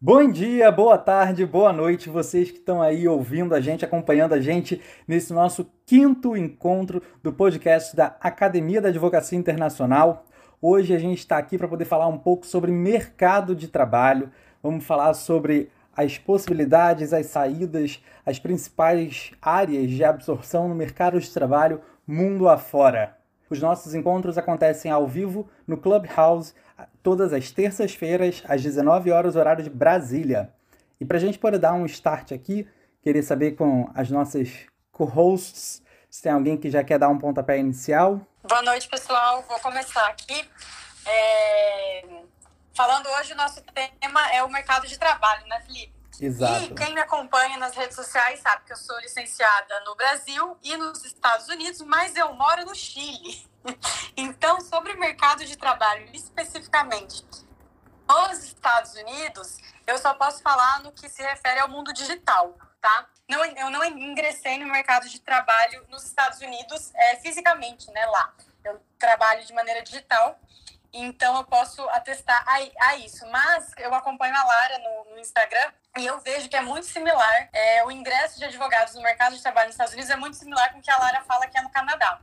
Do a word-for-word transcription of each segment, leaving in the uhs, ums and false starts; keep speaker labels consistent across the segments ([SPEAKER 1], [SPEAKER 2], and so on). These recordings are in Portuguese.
[SPEAKER 1] Bom dia, boa tarde, boa noite, vocês que estão aí ouvindo a gente, acompanhando a gente nesse nosso quinto encontro do podcast da Academia da Advocacia Internacional. Hoje a gente está aqui para poder falar um pouco sobre mercado de trabalho, vamos falar sobre as possibilidades, as saídas, as principais áreas de absorção no mercado de trabalho mundo afora. Os nossos encontros acontecem ao vivo no Clubhouse todas as terças-feiras, às dezenove horas, horário de Brasília. E para a gente poder dar um start aqui, queria saber com as nossas co-hosts, se tem alguém que já quer dar um pontapé inicial.
[SPEAKER 2] Boa noite, pessoal. Vou começar aqui. É... Falando hoje, o nosso tema é o mercado de trabalho, né, Felipe?
[SPEAKER 1] Exato.
[SPEAKER 2] E quem me acompanha nas redes sociais sabe que eu sou licenciada no Brasil e nos Estados Unidos, mas eu moro no Chile. Então, sobre o mercado de trabalho, especificamente nos Estados Unidos, eu só posso falar no que se refere ao mundo digital, tá? Não, eu não ingressei no mercado de trabalho nos Estados Unidos é, fisicamente, né, lá. Eu trabalho de maneira digital, então eu posso atestar a, a isso. Mas eu acompanho a Lara no, no Instagram e eu vejo que é muito similar. É, o ingresso de advogados no mercado de trabalho nos Estados Unidos é muito similar com o que a Lara fala que é no Canadá.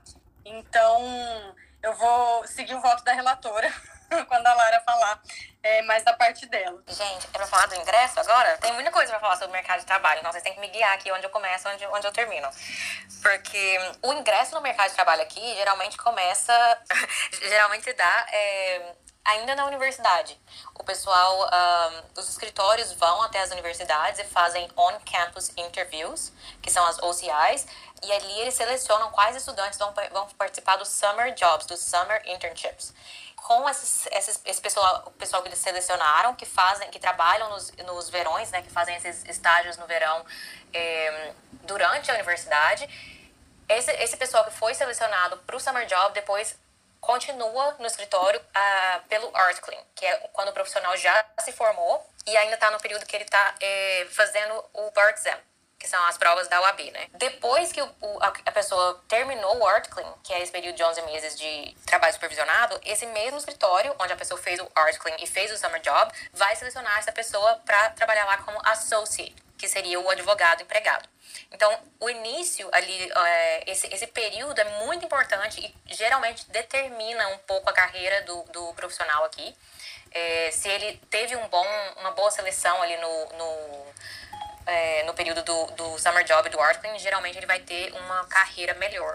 [SPEAKER 2] Então, eu vou seguir o voto da relatora quando a Lara falar é, mais da parte dela.
[SPEAKER 3] Gente, é pra falar do ingresso agora? Tem muita coisa pra falar sobre o mercado de trabalho, então vocês têm que me guiar aqui onde eu começo e onde, onde eu termino. Porque o ingresso no mercado de trabalho aqui geralmente começa, geralmente dá é, ainda na universidade. O pessoal, um, os escritórios vão até as universidades e fazem on-campus interviews, que são as O C Is, e ali eles selecionam quais estudantes vão, vão participar dos summer jobs, dos summer internships. Com esses, esses, esse pessoal, o pessoal que eles selecionaram, que fazem, que trabalham nos, nos verões, né, que fazem esses estágios no verão é, durante a universidade, esse, esse pessoal que foi selecionado para o summer job depois continua no escritório uh, pelo articling, que é quando o profissional já se formou e ainda está no período que ele está é, fazendo o bar exam, que são as provas da U A B, né? Depois que o, o, a pessoa terminou o articling, que é esse período de onze meses de trabalho supervisionado, esse mesmo escritório, onde a pessoa fez o articling e fez o summer job, vai selecionar essa pessoa para trabalhar lá como associate, que seria o advogado empregado. Então, o início ali, é, esse, esse período é muito importante e geralmente determina um pouco a carreira do, do profissional aqui. É, se ele teve um bom, uma boa seleção ali no... no É, no período do, do summer job e do articling, geralmente ele vai ter uma carreira melhor.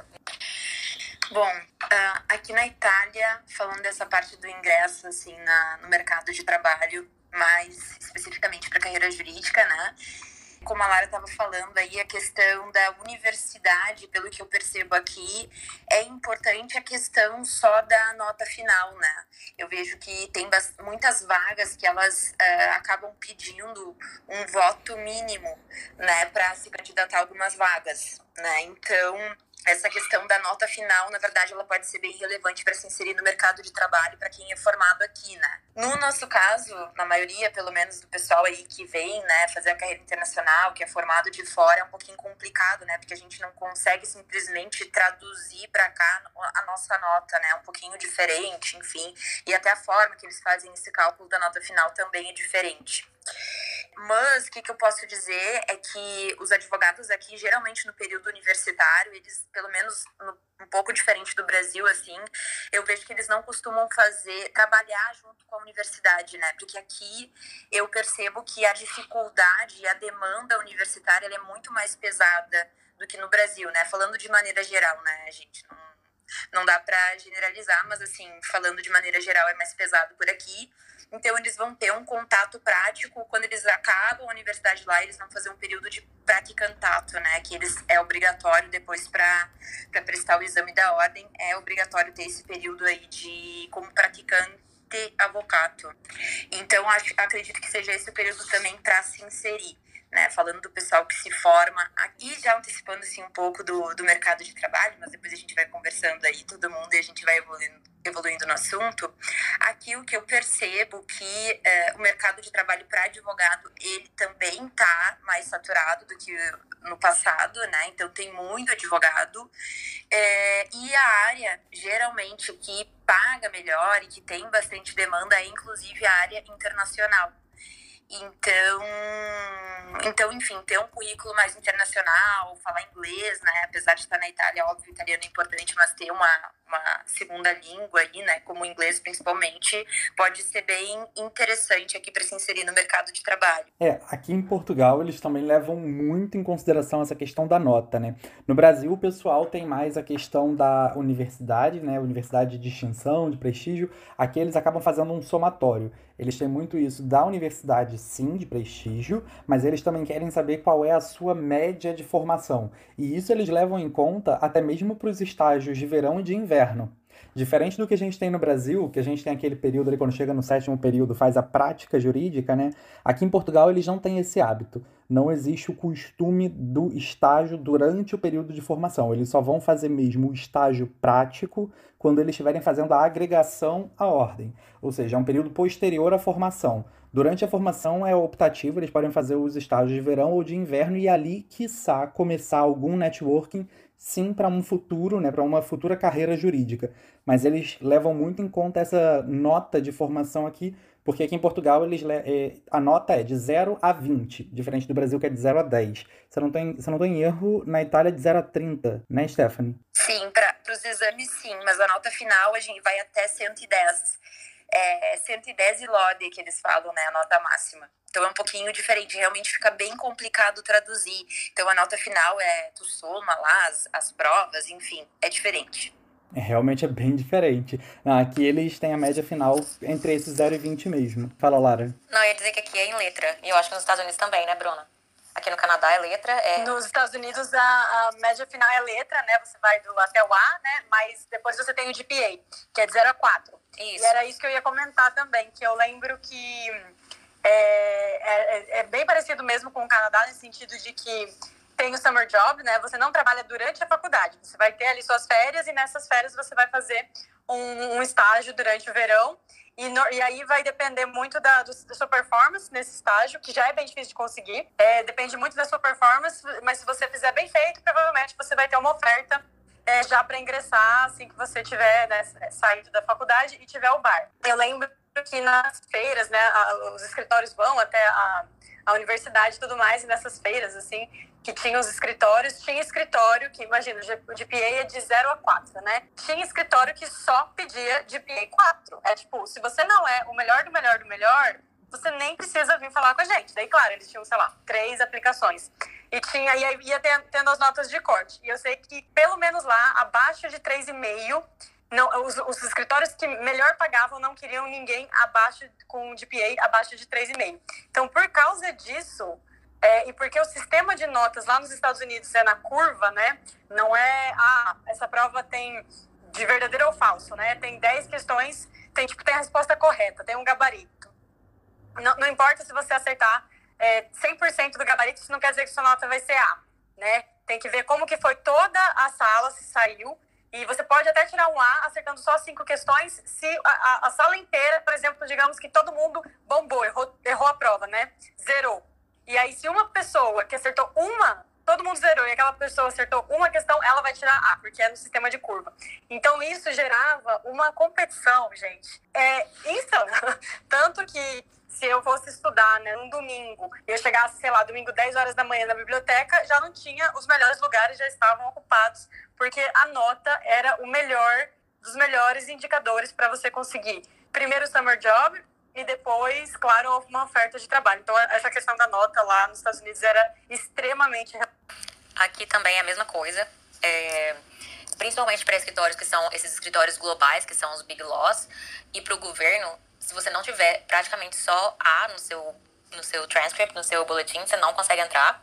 [SPEAKER 4] Bom, uh, aqui na Itália, falando dessa parte do ingresso assim, na, no mercado de trabalho, mais especificamente para a carreira jurídica, né? Como a Lara estava falando aí, a questão da universidade, pelo que eu percebo aqui, é importante a questão só da nota final, né? Eu vejo que tem muitas vagas que elas uh, acabam pedindo um voto mínimo, né, para se candidatar a algumas vagas, né? Então, essa questão da nota final, na verdade, ela pode ser bem relevante para se inserir no mercado de trabalho para quem é formado aqui, né? No nosso caso, na maioria, pelo menos, do pessoal aí que vem, né, fazer a carreira internacional, que é formado de fora, é um pouquinho complicado, né? Porque a gente não consegue simplesmente traduzir para cá a nossa nota, né? É um pouquinho diferente, enfim. E até a forma que eles fazem esse cálculo da nota final também é diferente. Mas o que, que eu posso dizer é que os advogados aqui, geralmente no período universitário, eles, pelo menos no, um pouco diferente do Brasil, assim, eu vejo que eles não costumam fazer, trabalhar junto com a universidade, né? Porque aqui eu percebo que a dificuldade e a demanda universitária ela é muito mais pesada do que no Brasil, né? Falando de maneira geral, né, gente? Não, não dá pra generalizar, mas assim, falando de maneira geral é mais pesado por aqui. Então, eles vão ter um contato prático. Quando eles acabam a universidade lá, eles vão fazer um período de praticantato, né? Que eles, é obrigatório depois para prestar o exame da ordem. É obrigatório ter esse período aí de como praticante avocato. Então, acho, acredito que seja esse o período também para se inserir. Né, falando do pessoal que se forma, aqui já antecipando assim, um pouco do, do mercado de trabalho, mas depois a gente vai conversando aí todo mundo e a gente vai evoluindo, evoluindo no assunto. Aqui o que eu percebo que é, o mercado de trabalho para advogado, ele também está mais saturado do que no passado, né? Então tem muito advogado é, e a área geralmente que paga melhor e que tem bastante demanda é inclusive a área internacional. Então, então, enfim, ter um currículo mais internacional, falar inglês, né? Apesar de estar na Itália, óbvio, o italiano é importante, mas ter uma, uma segunda língua aí, né? Como o inglês, principalmente, pode ser bem interessante aqui para se inserir no mercado de trabalho.
[SPEAKER 1] É, aqui em Portugal eles também levam muito em consideração essa questão da nota, né? No Brasil o pessoal tem mais a questão da universidade, né? Universidade de distinção, de prestígio. Aqui eles acabam fazendo um somatório. Eles têm muito isso da universidade, sim, de prestígio, mas eles também querem saber qual é a sua média de formação. E isso eles levam em conta até mesmo para os estágios de verão e de inverno. Diferente do que a gente tem no Brasil, que a gente tem aquele período ali, quando chega no sétimo período, faz a prática jurídica, né? Aqui em Portugal eles não têm esse hábito. Não existe o costume do estágio durante o período de formação. Eles só vão fazer mesmo o estágio prático quando eles estiverem fazendo a agregação à ordem. Ou seja, é um período posterior à formação. Durante a formação é optativo, eles podem fazer os estágios de verão ou de inverno e ali, quiçá, começar algum networking, sim, para um futuro, né, para uma futura carreira jurídica. Mas eles levam muito em conta essa nota de formação aqui, porque aqui em Portugal eles, é, a nota é de zero a vinte, diferente do Brasil que é de zero a dez. Se eu não estou se eu não tô em erro, na Itália é de zero a trinta, né, Stephanie?
[SPEAKER 4] Sim, para os exames sim, mas a nota final a gente vai até cento e dez. É cento e dez e lode que eles falam, né, a nota máxima. Então é um pouquinho diferente, realmente fica bem complicado traduzir. Então a nota final é, tu soma lá as, as provas, enfim, é diferente.
[SPEAKER 1] É, realmente é bem diferente. Aqui eles têm a média final entre esses zero e vinte mesmo. Fala, Lara.
[SPEAKER 3] Não, eu ia dizer que aqui é em letra. E eu acho que nos Estados Unidos também, né, Bruna? Aqui no Canadá é letra. É...
[SPEAKER 2] Nos Estados Unidos a, a média final é letra, né? Você vai do, até o A, né? Mas depois você tem o G P A, que é de zero a quatro.
[SPEAKER 3] Isso.
[SPEAKER 2] E era isso que eu ia comentar também, que eu lembro que é, é, é bem parecido mesmo com o Canadá, nesse sentido de que tem o summer job, né? Você não trabalha durante a faculdade. Você vai ter ali suas férias e nessas férias você vai fazer um, um estágio durante o verão. E, no, e aí vai depender muito da, do, da sua performance nesse estágio, que já é bem difícil de conseguir. É, depende muito da sua performance, mas se você fizer bem feito, provavelmente você vai ter uma oferta é, já para ingressar assim que você tiver, né, saído da faculdade e tiver o bar. Eu lembro que nas feiras, né, a, os escritórios vão até a, a universidade e tudo mais, e nessas feiras, assim, que tinha os escritórios, tinha escritório que, imagina, o G P A é de zero a quatro, né? Tinha escritório que só pedia G P A quatro. É tipo, se você não é o melhor do melhor do melhor, você nem precisa vir falar com a gente. Daí, claro, eles tinham, sei lá, três aplicações. E tinha, ia, ia tendo as notas de corte. E eu sei que, pelo menos lá, abaixo de três vírgula cinco, não, os, os escritórios que melhor pagavam não queriam ninguém abaixo, com G P A abaixo de três vírgula cinco. Então, por causa disso... É, e porque o sistema de notas lá nos Estados Unidos é na curva, né? Não é, ah, essa prova tem de verdadeiro ou falso, né? Tem dez questões, tem, tipo, tem a resposta correta, tem um gabarito. Não, não importa se você acertar é, cem por cento do gabarito, isso não quer dizer que sua nota vai ser A, né? Tem que ver como que foi toda a sala, se saiu. E você pode até tirar um A acertando só cinco questões se a, a, a sala inteira, por exemplo, digamos que todo mundo bombou, errou, errou a prova, né? Zerou. E aí, se uma pessoa que acertou uma, todo mundo zerou, e aquela pessoa acertou uma questão, ela vai tirar A, porque é no sistema de curva. Então, isso gerava uma competição, gente. É insano. Tanto que, se eu fosse estudar, né, num domingo, e eu chegasse, sei lá, domingo dez horas da manhã na biblioteca, já não tinha, os melhores lugares já estavam ocupados, porque a nota era o melhor dos melhores indicadores para você conseguir. Primeiro, o summer job, e depois, claro, uma oferta de trabalho. Então, essa questão da nota lá nos Estados Unidos era extremamente...
[SPEAKER 3] Aqui também é a mesma coisa. É, principalmente para escritórios que são esses escritórios globais, que são os Big Laws. E para o governo, se você não tiver praticamente só A no seu, no seu transcript, no seu boletim, você não consegue entrar.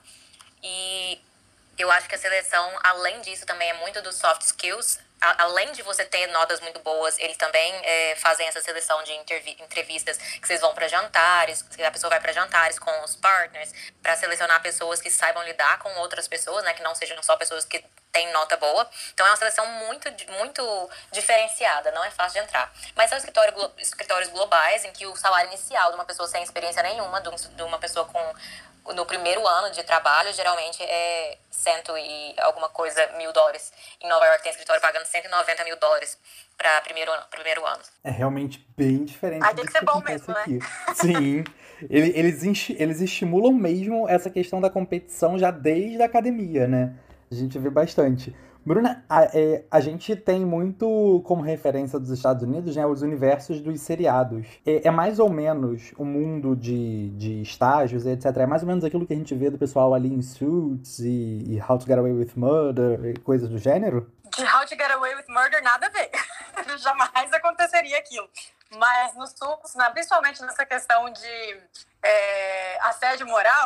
[SPEAKER 3] E eu acho que a seleção, além disso, também é muito dos soft skills. Além de você ter notas muito boas, eles também é, fazem essa seleção de entrevistas que vocês vão para jantares, que a pessoa vai para jantares com os partners, para selecionar pessoas que saibam lidar com outras pessoas, né, que não sejam só pessoas que têm nota boa. Então é uma seleção muito, muito diferenciada, não é fácil de entrar. Mas são escritórios, escritórios globais em que o salário inicial de uma pessoa sem experiência nenhuma, de uma pessoa com... no primeiro ano de trabalho, geralmente é cento e alguma coisa mil dólares. Em Nova York tem escritório pagando cento e noventa mil dólares para primeiro, primeiro ano.
[SPEAKER 1] É realmente bem diferente
[SPEAKER 2] Aí tem que ser bom mesmo,
[SPEAKER 1] aqui.
[SPEAKER 2] né?
[SPEAKER 1] Sim. Ele- Eles, enchi- eles estimulam mesmo essa questão da competição já desde a academia, né? A gente vê bastante. Bruna, a, é, a gente tem muito como referência dos Estados Unidos, né, os universos dos seriados. É, é mais ou menos o mundo de, de estágios, etcétera. É mais ou menos aquilo que a gente vê do pessoal ali em Suits e, e How to Get Away with Murder e coisas do gênero?
[SPEAKER 2] De How to Get Away with Murder, nada a ver. Jamais aconteceria aquilo. Mas no Sul, né, principalmente nessa questão de é, assédio moral,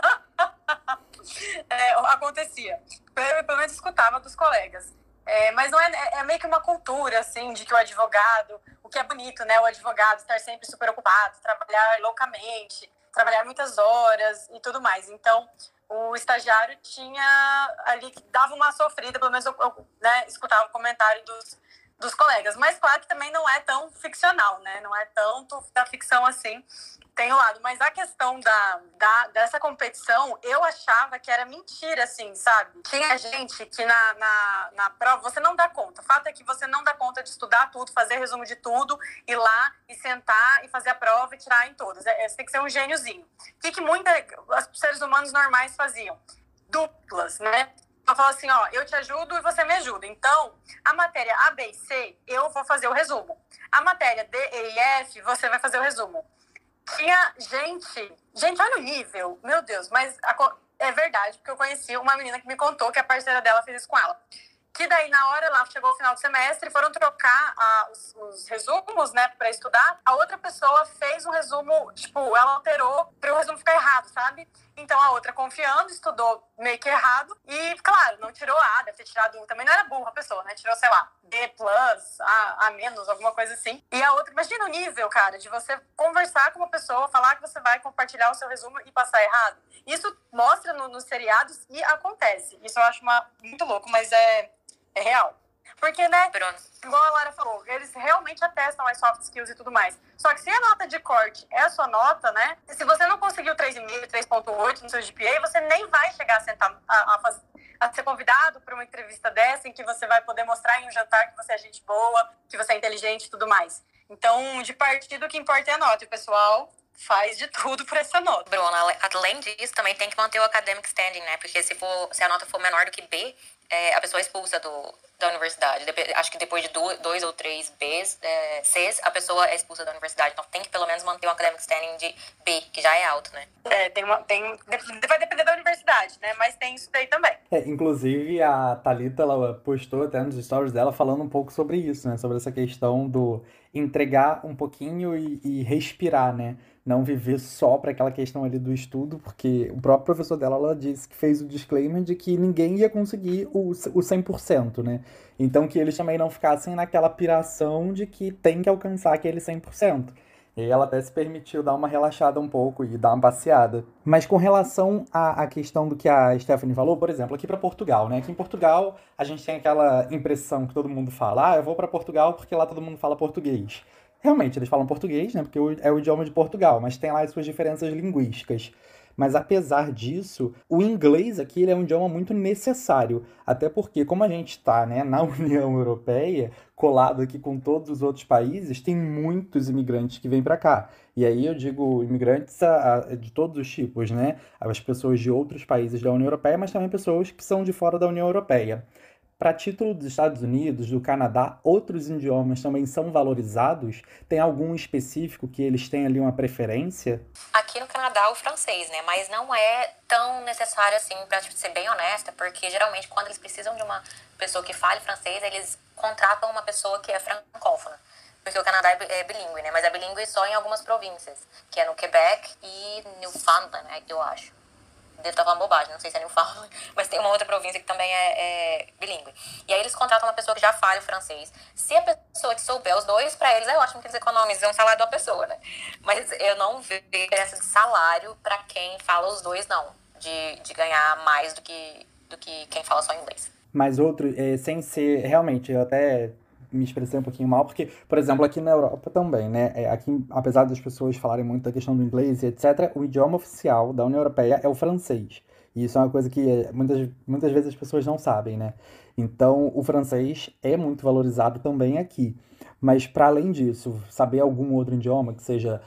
[SPEAKER 2] é, acontecia. Eu, pelo menos, escutava dos colegas. É, mas não é, é meio que uma cultura, assim, de que o advogado, o que é bonito, né? O advogado estar sempre super ocupado, trabalhar loucamente, trabalhar muitas horas e tudo mais. Então, o estagiário tinha ali, dava uma sofrida, pelo menos eu, eu né, escutava o comentário dos, dos colegas. Mas claro que também não é tão ficcional, né? Não é tanto da ficção assim. Tem o lado, mas a questão da, da, dessa competição, eu achava que era mentira, assim, sabe? Tinha gente que na, na, na prova, você não dá conta. O fato é que você não dá conta de estudar tudo, fazer resumo de tudo, ir lá e sentar e fazer a prova e tirar em todas. É, você tem que ser um gêniozinho. O que, que muitos seres humanos normais faziam? Duplas, né? Eu falo assim, ó, eu te ajudo e você me ajuda. Então, a matéria A, B e C, eu vou fazer o resumo. A matéria D, E e F, você vai fazer o resumo. Tinha gente, gente, olha o nível, meu Deus, mas a, é verdade, porque eu conheci uma menina que me contou que a parceira dela fez isso com ela. Que daí, na hora, lá chegou o final do semestre, foram trocar ah, os, os resumos, né, pra estudar. A outra pessoa fez um resumo, tipo, ela alterou para o resumo ficar errado, sabe? Então, a outra, confiando, estudou meio que errado. E, claro, não tirou A, deve ter tirado... Também não era burra a pessoa, né? Tirou, sei lá, D plus, A, A menos, alguma coisa assim. E a outra, imagina o nível, cara, de você conversar com uma pessoa, falar que você vai compartilhar o seu resumo e passar errado. Isso mostra no, nos seriados e acontece. Isso eu acho uma, muito louco, mas é... É real. Porque, né,
[SPEAKER 3] Bruno.
[SPEAKER 2] igual a Lara falou, eles realmente atestam as soft skills e tudo mais. Só que se a nota de corte é a sua nota, né, se você não conseguiu três vírgula cinco, três ponto oito no seu G P A, você nem vai chegar a, sentar, a, a, fazer, a ser convidado para uma entrevista dessa, em que você vai poder mostrar em um jantar que você é gente boa, que você é inteligente e tudo mais. Então, de partido, o que importa é a nota. E o pessoal faz de tudo por essa nota.
[SPEAKER 3] Bruno, além disso, também tem que manter o academic standing, né? Porque se, for, se a nota for menor do que B, é, a pessoa é expulsa do, da universidade. Dep- acho que depois de do, dois ou três Bs, é, Cs, a pessoa é expulsa da universidade. Então tem que pelo menos manter o academic standing de B, que já é alto, né?
[SPEAKER 2] É, tem uma, tem, vai depender da universidade, né? Mas tem isso daí também.
[SPEAKER 1] É, inclusive, a Thalita, ela postou até nos stories dela falando um pouco sobre isso, né? Sobre essa questão do entregar um pouquinho e, e respirar, né? Não viver só para aquela questão ali do estudo, porque o próprio professor dela, ela disse que fez o disclaimer de que ninguém ia conseguir o, o cem por cento, né? Então que eles também não ficassem naquela piração de que tem que alcançar aquele cem por cento. E ela até se permitiu dar uma relaxada um pouco e dar uma passeada. Mas com relação à, à questão do que a Stephanie falou, por exemplo, aqui para Portugal, né? Aqui em Portugal, a gente tem aquela impressão que todo mundo fala, ah, eu vou para Portugal porque lá todo mundo fala português. Realmente, eles falam português, né? Porque é o idioma de Portugal, mas tem lá as suas diferenças linguísticas. Mas apesar disso, o inglês aqui ele é um idioma muito necessário. Até porque, como a gente está, né, na União Europeia, colado aqui com todos os outros países, tem muitos imigrantes que vêm para cá. E aí eu digo imigrantes a, a, de todos os tipos, né? As pessoas de outros países da União Europeia, mas também pessoas que são de fora da União Europeia. Para título dos Estados Unidos, do Canadá, outros idiomas também são valorizados? Tem algum específico que eles têm ali uma preferência?
[SPEAKER 3] Aqui no Canadá, o francês, né? Mas não é tão necessário assim, pra ser bem honesta, porque geralmente quando eles precisam de uma pessoa que fale francês, eles contratam uma pessoa que é francófona. Porque o Canadá é bilíngue, né? Mas é bilíngue só em algumas províncias, que é no Quebec e Newfoundland, né? Eu acho. Devo estar falando bobagem, não sei se é Newfoundland, mas tem uma outra província que também é, é bilíngue. E aí eles contratam uma pessoa que já fale o francês. Se a pessoa que souber os dois, pra eles é ótimo que eles economizam o salário da pessoa, né? Mas eu não vejo diferença de salário pra quem fala os dois, não. De, de ganhar mais do que, do que quem fala só inglês.
[SPEAKER 1] Mas outro, é, sem ser, realmente, eu até me expressei um pouquinho mal, porque, por exemplo, aqui na Europa também, né? É, aqui, apesar das pessoas falarem muito da questão do inglês e etcétera, o idioma oficial da União Europeia é o francês. E isso é uma coisa que é, muitas, muitas vezes as pessoas não sabem, né? Então, o francês é muito valorizado também aqui. Mas, para além disso, saber algum outro idioma, que seja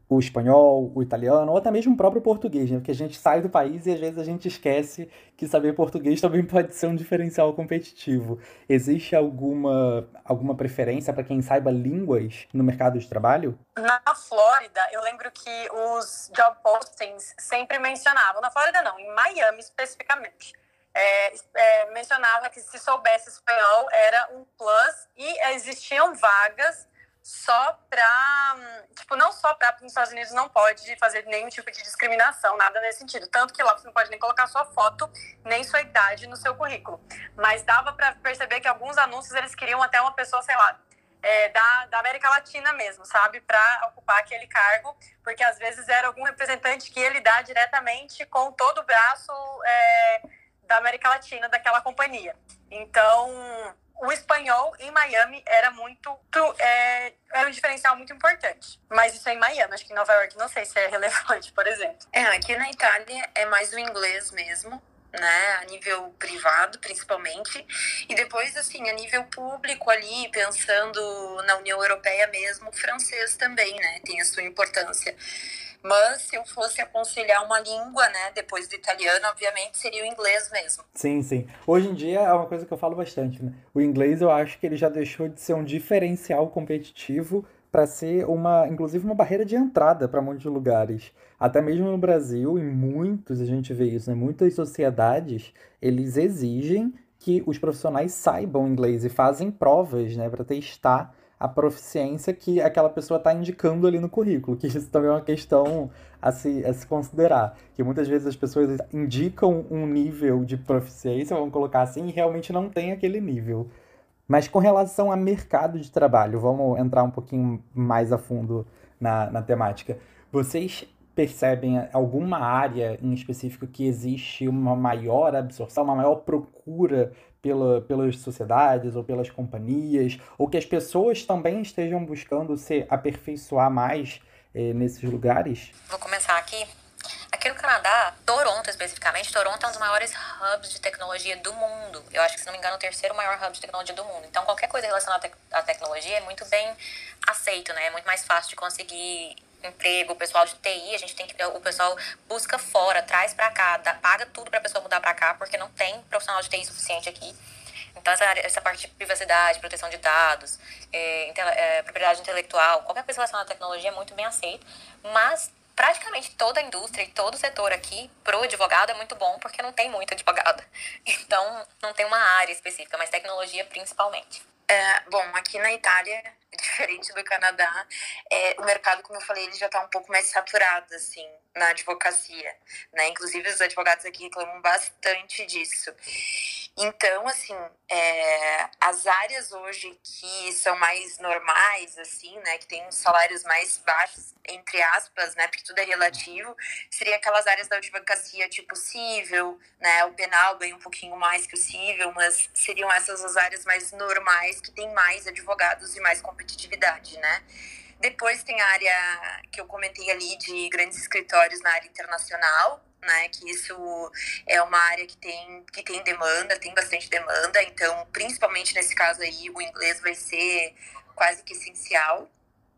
[SPEAKER 1] o espanhol, o italiano, ou até mesmo o próprio português, né? Porque a gente sai do país e às vezes a gente esquece que saber português também pode ser um diferencial competitivo. Existe alguma, alguma preferência para quem saiba línguas no mercado de trabalho?
[SPEAKER 2] Na Flórida, eu lembro que os job postings sempre mencionavam, na Flórida não, em Miami especificamente, é, é, mencionava que se soubesse espanhol era um plus e existiam vagas só para, tipo, não só para, porque nos Estados Unidos não pode fazer nenhum tipo de discriminação, nada nesse sentido. Tanto que lá você não pode nem colocar sua foto, nem sua idade no seu currículo. Mas dava para perceber que alguns anúncios, eles queriam até uma pessoa, sei lá, é, da, da América Latina mesmo, sabe? Para ocupar aquele cargo, porque às vezes era algum representante que ia lidar diretamente com todo o braço é, da América Latina daquela companhia. Então, o espanhol em Miami era muito é, era um diferencial muito importante. Mas isso é em Miami, acho que em Nova York não sei se é relevante, por exemplo.
[SPEAKER 4] É, aqui na Itália é mais o inglês mesmo, né, a nível privado principalmente, e depois assim, a nível público ali, pensando na União Europeia mesmo, o francês também, né, tem a sua importância. Mas se eu fosse aconselhar uma língua, né, depois do italiano, obviamente seria o inglês mesmo.
[SPEAKER 1] Sim, sim. Hoje em dia é uma coisa que eu falo bastante, né? O inglês eu acho que ele já deixou de ser um diferencial competitivo para ser uma, inclusive uma barreira de entrada para muitos lugares. Até mesmo no Brasil, em muitos a gente vê isso, né? Muitas sociedades, eles exigem que os profissionais saibam inglês e fazem provas, né, para testar a proficiência que aquela pessoa está indicando ali no currículo, que isso também é uma questão a se, a se considerar, que muitas vezes as pessoas indicam um nível de proficiência, vamos colocar assim, e realmente não tem aquele nível. Mas com relação a mercado de trabalho, vamos entrar um pouquinho mais a fundo na, na temática. Vocês percebem alguma área em específico que existe uma maior absorção, uma maior procura pela, pelas sociedades ou pelas companhias, ou que as pessoas também estejam buscando se aperfeiçoar mais eh, nesses lugares?
[SPEAKER 3] Vou começar aqui. Aqui no Canadá, Toronto especificamente, Toronto é um dos maiores hubs de tecnologia do mundo. Eu acho que, se não me engano, é o terceiro maior hub de tecnologia do mundo. Então, qualquer coisa relacionada à tecnologia é muito bem aceito, né? É muito mais fácil de conseguir emprego. O pessoal de T I, a gente tem que, o pessoal busca fora, traz pra cá, dá, paga tudo pra pessoa mudar pra cá, porque não tem profissional de T I suficiente aqui. Então, essa, essa parte de privacidade, proteção de dados, é, é, propriedade intelectual, qualquer coisa relacionada à tecnologia é muito bem aceito, mas praticamente toda a indústria e todo o setor aqui, pro advogado, é muito bom, porque não tem muito advogado. Então, não tem uma área específica, mas tecnologia principalmente.
[SPEAKER 4] É, bom, aqui na Itália, diferente do Canadá, é, o mercado, como eu falei, ele já está um pouco mais saturado, assim, na advocacia, né? Inclusive, os advogados aqui reclamam bastante disso. Então, assim, é, as áreas hoje que são mais normais, assim, né, que tem uns salários mais baixos, entre aspas, né, porque tudo é relativo, seria aquelas áreas da advocacia tipo civil, né, o penal ganha um pouquinho mais que o civil, mas seriam essas as áreas mais normais que tem mais advogados e mais competitividade, né. Depois tem a área que eu comentei ali de grandes escritórios na área internacional, né, que isso é uma área que tem, que tem demanda, tem bastante demanda, então, principalmente nesse caso aí, o inglês vai ser quase que essencial.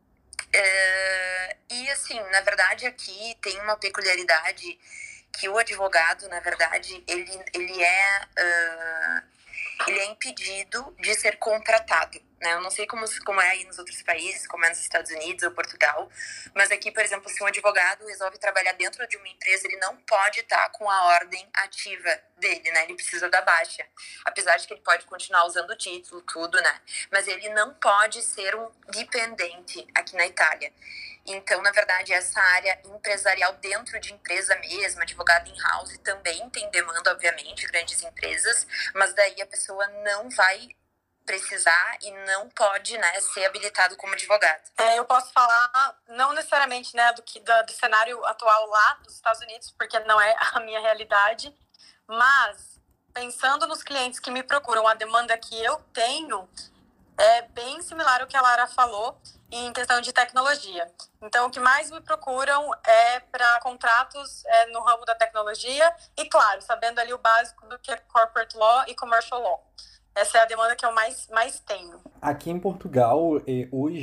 [SPEAKER 4] É, e, assim, na verdade, aqui tem uma peculiaridade que o advogado, na verdade, ele, ele é... Uh, ele é impedido de ser contratado, né? Eu não sei como, como é aí nos outros países, como é nos Estados Unidos ou Portugal, mas aqui, por exemplo, se um advogado resolve trabalhar dentro de uma empresa, ele não pode estar com a ordem ativa dele, né? Ele precisa da baixa, apesar de que ele pode continuar usando o título, tudo, né? Mas ele não pode ser um dependente aqui na Itália. Então, na verdade, essa área empresarial dentro de empresa mesmo, advogado in-house, também tem demanda, obviamente, grandes empresas, mas daí a pessoa não vai precisar e não pode, né, ser habilitado como advogado.
[SPEAKER 2] É, eu posso falar, não necessariamente, né, do, que, do, do cenário atual lá dos Estados Unidos, porque não é a minha realidade, mas pensando nos clientes que me procuram, a demanda que eu tenho é bem similar ao que a Lara falou em questão de tecnologia. Então, o que mais me procuram é para contratos é, no ramo da tecnologia e, claro, sabendo ali o básico do que é corporate law e commercial law. Essa é a demanda que eu mais, mais tenho.
[SPEAKER 1] Aqui em Portugal, hoje,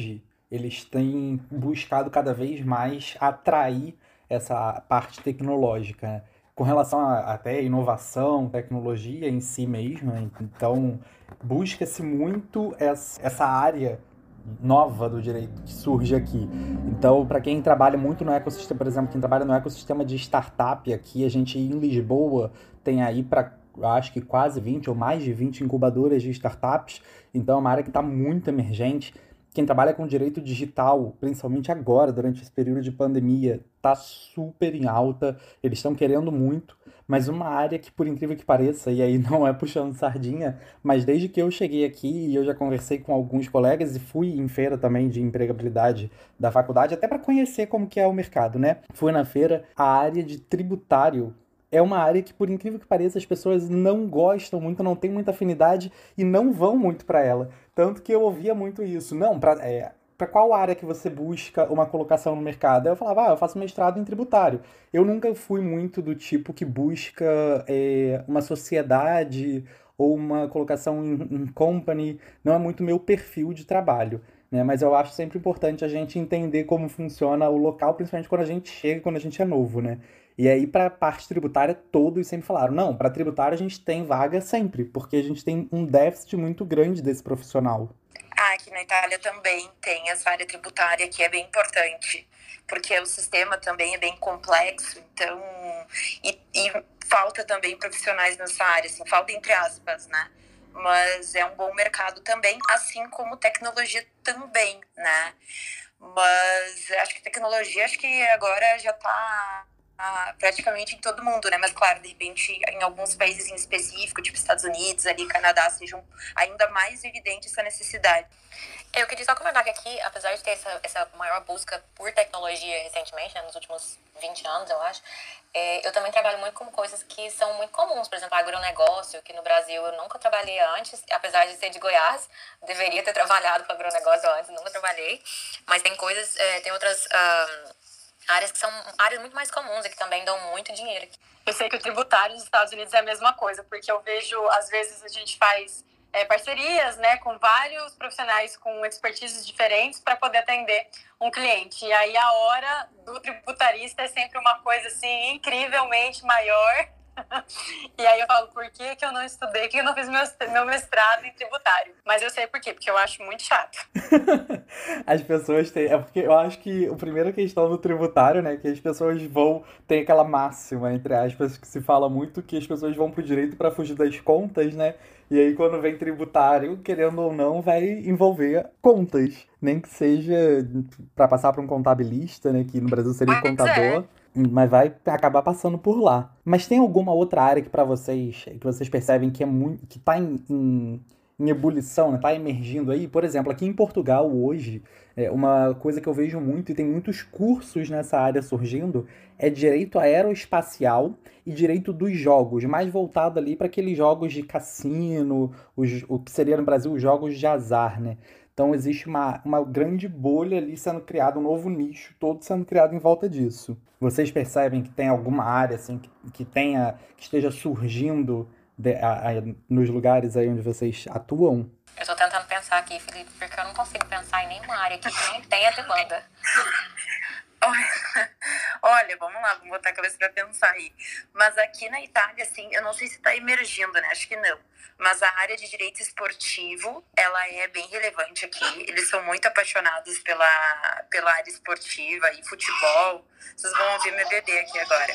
[SPEAKER 1] eles têm buscado cada vez mais atrair essa parte tecnológica, né? Com relação a até inovação, tecnologia em si mesmo, né? Então busca-se muito essa, essa área nova do direito que surge aqui. Então, para quem trabalha muito no ecossistema, por exemplo, quem trabalha no ecossistema de startup aqui, a gente em Lisboa tem aí para, acho que quase vinte ou mais de vinte incubadoras de startups, então é uma área que está muito emergente. Quem trabalha com direito digital, principalmente agora, durante esse período de pandemia, está super em alta, eles estão querendo muito, mas uma área que, por incrível que pareça, e aí não é puxando sardinha, mas desde que eu cheguei aqui e eu já conversei com alguns colegas e fui em feira também de empregabilidade da faculdade, até para conhecer como que é o mercado, né? Fui na feira, a área de tributário é uma área que, por incrível que pareça, as pessoas não gostam muito, não têm muita afinidade e não vão muito para ela. Tanto que eu ouvia muito isso. Não, para é, para qual área que você busca uma colocação no mercado? Aí eu falava, ah, eu faço mestrado em tributário. Eu nunca fui muito do tipo que busca é, uma sociedade ou uma colocação em, em company. Não é muito meu perfil de trabalho, né? Mas eu acho sempre importante a gente entender como funciona o local, principalmente quando a gente chega, quando a gente é novo, né? E aí, para a parte tributária, todos sempre falaram, não, para tributário a gente tem vaga sempre, porque a gente tem um déficit muito grande desse profissional.
[SPEAKER 4] Ah, aqui na Itália também tem essa área tributária que é bem importante, porque o sistema também é bem complexo, então, e, e falta também profissionais nessa área, assim, falta entre aspas, né? Mas é um bom mercado também, assim como tecnologia também, né? Mas acho que tecnologia, acho que agora já está ah, praticamente em todo mundo, né? Mas claro, de repente, em alguns países em específico, tipo Estados Unidos, ali, Canadá, sejam ainda mais evidente essa necessidade.
[SPEAKER 3] Eu queria só comentar que aqui, apesar de ter essa, essa maior busca por tecnologia recentemente, né, nos últimos vinte anos, eu acho, é, eu também trabalho muito com coisas que são muito comuns, por exemplo, agronegócio, que no Brasil eu nunca trabalhei antes, apesar de ser de Goiás, deveria ter trabalhado com agronegócio antes, nunca trabalhei, mas tem coisas, é, tem outras um, áreas que são áreas muito mais comuns e que também dão muito dinheiro aqui.
[SPEAKER 2] Eu sei que o tributário nos Estados Unidos é a mesma coisa, porque eu vejo, às vezes, a gente faz é, parcerias, né, com vários profissionais com expertises diferentes para poder atender um cliente. E aí a hora do tributarista é sempre uma coisa, assim, incrivelmente maior. E aí eu falo, por que que eu não estudei, por que eu não fiz meu, meu mestrado em tributário? Mas eu sei por quê, porque eu acho muito chato.
[SPEAKER 1] As pessoas têm... É porque eu acho que a primeira questão do tributário, né, que as pessoas vão... Tem aquela máxima, entre aspas, que se fala muito que as pessoas vão pro direito para fugir das contas, né? E aí quando vem tributário, querendo ou não, vai envolver contas. Nem que seja para passar para um contabilista, né, que no Brasil seria o contador. É. Mas vai acabar passando por lá. Mas tem alguma outra área que para vocês, que vocês percebem que é muito, que tá em, em, em ebulição, né? Tá emergindo aí? Por exemplo, aqui em Portugal hoje, é uma coisa que eu vejo muito e tem muitos cursos nessa área surgindo é direito aeroespacial e direito dos jogos, mais voltado ali para aqueles jogos de cassino, os, o que seria no Brasil os jogos de azar, né? Então existe uma, uma grande bolha ali sendo criada, um novo nicho todo sendo criado em volta disso. Vocês percebem que tem alguma área assim que, que tenha, que esteja surgindo de, a, a, nos lugares aí onde vocês atuam?
[SPEAKER 3] Eu tô tentando pensar aqui, Felipe, porque eu não consigo pensar em nenhuma área aqui que não tenha demanda.
[SPEAKER 4] Olha, vamos lá, vamos botar a cabeça pra pensar aí. Mas aqui na Itália, assim, eu não sei se tá emergindo, né? Acho que não. Mas a área de direito esportivo, ela é bem relevante aqui. Eles são muito apaixonados pela, pela área esportiva e futebol. Vocês vão ouvir meu bebê aqui agora.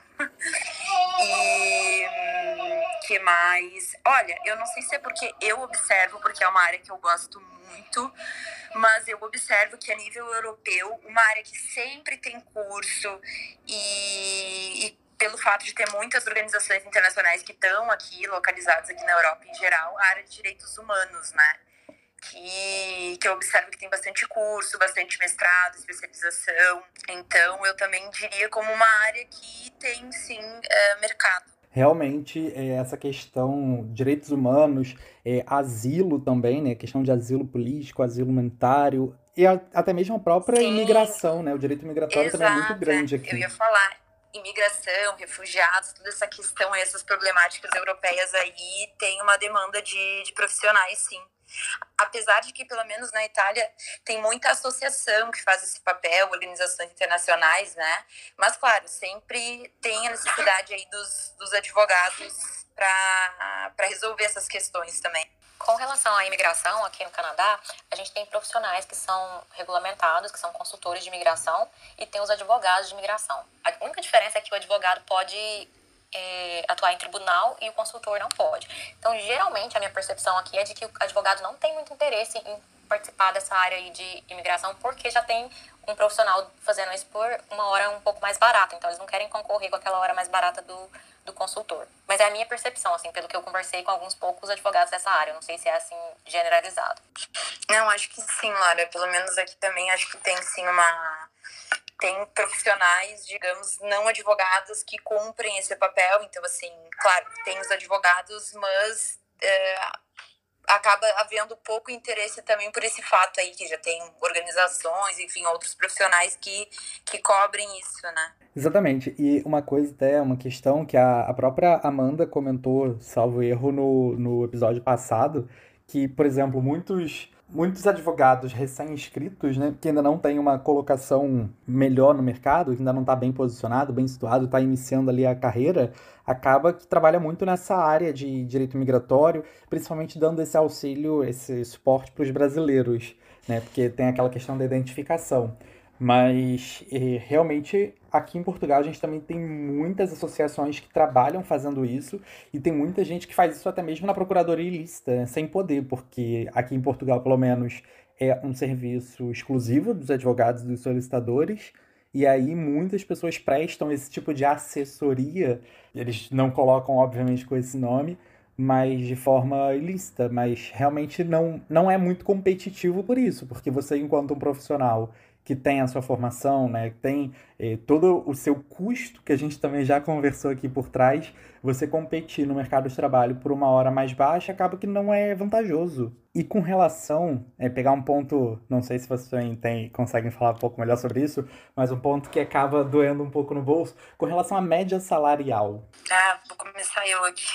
[SPEAKER 4] E que mais? Olha, eu não sei se é porque eu observo, porque é uma área que eu gosto muito, mas eu observo que a nível europeu, uma área que sempre tem curso e, e pelo fato de ter muitas organizações internacionais que estão aqui, localizadas aqui na Europa em geral, a área de direitos humanos, né? Que, que eu observo que tem bastante curso, bastante mestrado, especialização. Então, eu também diria como uma área que tem, sim, é, mercado.
[SPEAKER 1] Realmente, é, essa questão de direitos humanos, é, asilo também, né? Questão de asilo político, asilo humanitário e a, até mesmo a própria sim. imigração, né? O direito migratório Exato, também é muito grande aqui.
[SPEAKER 4] Eu ia falar. imigração, refugiados, toda essa questão, essas problemáticas europeias aí, tem uma demanda de, de profissionais, sim. Apesar de que, pelo menos na Itália, tem muita associação que faz esse papel, organizações internacionais, né? Mas, claro, sempre tem a necessidade aí dos, dos advogados para resolver essas questões também.
[SPEAKER 3] Com relação à imigração, aqui no Canadá, a gente tem profissionais que são regulamentados, que são consultores de imigração, e tem os advogados de imigração. A única diferença é que o advogado pode é, atuar em tribunal e o consultor não pode. Então, geralmente, a minha percepção aqui é de que o advogado não tem muito interesse em participar dessa área aí de imigração, porque já tem um profissional fazendo isso por uma hora um pouco mais barata. Então, eles não querem concorrer com aquela hora mais barata do, do consultor. Mas é a minha percepção, assim, pelo que eu conversei com alguns poucos advogados dessa área. Eu não sei se é, assim, generalizado.
[SPEAKER 4] Não, acho que sim, Laura. Pelo menos aqui também acho que tem, sim, uma... Tem profissionais, digamos, não advogados que cumprem esse papel. Então, assim, claro, tem os advogados, mas... É... acaba havendo pouco interesse também por esse fato aí, que já tem organizações, enfim, outros profissionais que, que cobrem isso, né?
[SPEAKER 1] Exatamente. E uma coisa até, uma questão que a, a própria Amanda comentou, salvo erro, no, no episódio passado, que, por exemplo, muitos, muitos advogados recém-inscritos, né, que ainda não têm uma colocação melhor no mercado, que ainda não está bem posicionado, bem situado, está iniciando ali a carreira, acaba que trabalha muito nessa área de direito migratório, principalmente dando esse auxílio, esse suporte para os brasileiros, né? Porque tem aquela questão da identificação. Mas, eh, realmente, aqui em Portugal a gente também tem muitas associações que trabalham fazendo isso, e tem muita gente que faz isso até mesmo na procuradoria ilícita, né? Sem poder, porque aqui em Portugal, pelo menos, é um serviço exclusivo dos advogados e dos solicitadores. E aí muitas pessoas prestam esse tipo de assessoria, eles não colocam, obviamente, com esse nome, mas de forma ilícita, mas realmente não, não é muito competitivo por isso, porque você, enquanto um profissional que tem a sua formação, né, que tem eh, todo o seu custo, que a gente também já conversou aqui por trás, você competir no mercado de trabalho por uma hora mais baixa acaba que não é vantajoso. E com relação, é, pegar um ponto, não sei se vocês tem, conseguem falar um pouco melhor sobre isso, mas um ponto que acaba doendo um pouco no bolso, com relação à média salarial.
[SPEAKER 4] Ah, vou começar eu aqui.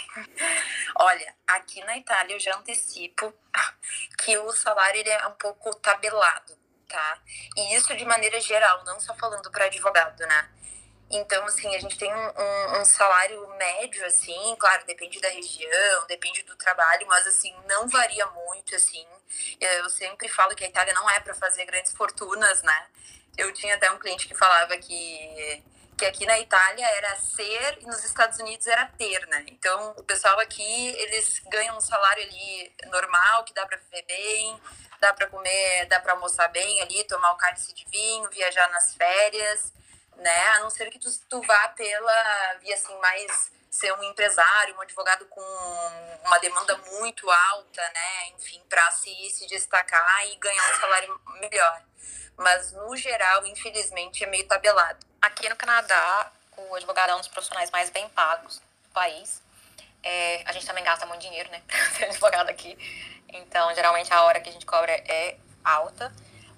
[SPEAKER 4] Olha, aqui na Itália eu já antecipo que o salário ele é um pouco tabelado, tá? E isso de maneira geral, não só falando para advogado, né? Então, assim, a gente tem um, um, um salário médio, assim, claro, depende da região, depende do trabalho, mas, assim, não varia muito, assim. Eu sempre falo que a Itália não é para fazer grandes fortunas, né? Eu tinha até um cliente que falava que, que aqui na Itália era ser e nos Estados Unidos era ter, né? Então, o pessoal aqui, eles ganham um salário ali normal, que dá para viver bem, dá para comer, dá para almoçar bem ali, tomar um cálice de vinho, viajar nas férias, né? A não ser que tu, tu vá pela via assim mais ser um empresário, um advogado com uma demanda muito alta, né? Enfim, para se, se destacar e ganhar um salário melhor. Mas no geral, infelizmente, é meio tabelado.
[SPEAKER 3] Aqui no Canadá, o advogado é um dos profissionais mais bem pagos do país. É, a gente também gasta muito dinheiro, né, para ser advogado aqui. Então, geralmente, a hora que a gente cobra é alta.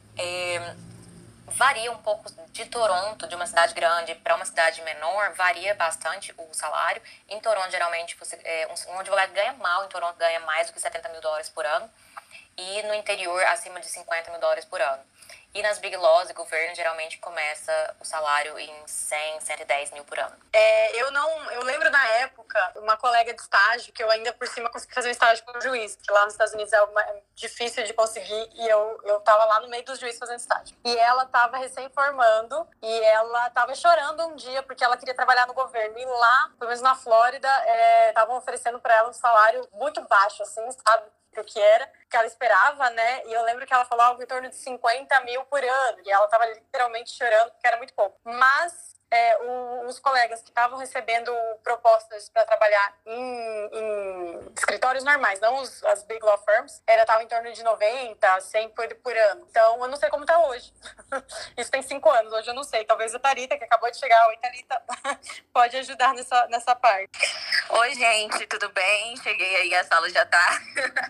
[SPEAKER 3] É, varia um pouco de Toronto, de uma cidade grande para uma cidade menor, varia bastante o salário. Em Toronto, geralmente, você, é, um, um advogado ganha mal, em Toronto ganha mais do que setenta mil dólares por ano. E no interior, acima de cinquenta mil dólares por ano. E nas Big Laws, o governo geralmente começa o salário em cem, cento e dez mil por ano.
[SPEAKER 2] É, eu não, eu lembro na época, uma colega de estágio, que eu ainda por cima consegui fazer um estágio com o juiz, que lá nos Estados Unidos é uma, é difícil de conseguir, e eu, eu tava lá no meio dos juízes fazendo estágio. E ela tava recém-formando, e ela tava chorando um dia, porque ela queria trabalhar no governo. E lá, pelo menos na Flórida, estavam é, oferecendo pra ela um salário muito baixo, assim, sabe? Pro que era, que ela esperava, né? E eu lembro que ela falou algo em torno de cinquenta mil por ano. E ela tava literalmente chorando porque era muito pouco. Mas é, o, os colegas que estavam recebendo propostas para trabalhar em, em escritórios normais, não os, as big law firms, era tava em torno de noventa, cem por, por ano. Então, eu não sei como tá hoje. Isso tem cinco anos, hoje eu não sei. Talvez a Thalita, que acabou de chegar, oi, Thalita, pode ajudar nessa, nessa parte.
[SPEAKER 5] Oi, gente, tudo bem? Cheguei aí, a sala já tá.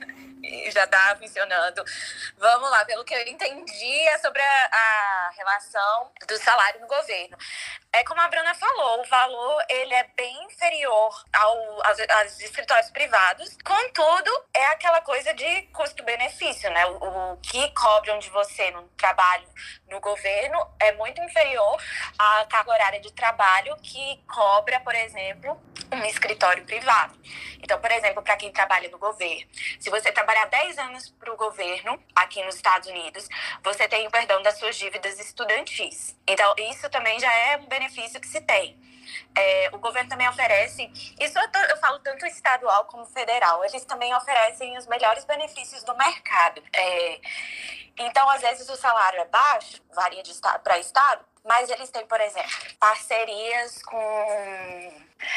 [SPEAKER 3] já tá funcionando. Vamos lá, pelo que eu entendi, é sobre a, a relação do salário no governo. É como a Bruna falou, o valor ele é bem inferior ao, aos, aos escritórios privados. Contudo, é aquela coisa de custo-benefício, né? O, o que cobram de você no trabalho no governo é muito inferior à carga horária de trabalho que cobra, por exemplo, um escritório privado. Então, por exemplo, para quem trabalha no governo, se você trabalhar dez anos para o governo, aqui nos Estados Unidos, você tem o perdão das suas dívidas estudantis. Então, isso também já é um benefício que se tem. É, o governo também oferece, isso eu, tô, eu falo tanto estadual como federal, eles também oferecem os melhores benefícios do mercado. É, então, às vezes, o salário é baixo, varia de estado para estado, mas eles têm, por exemplo, parcerias com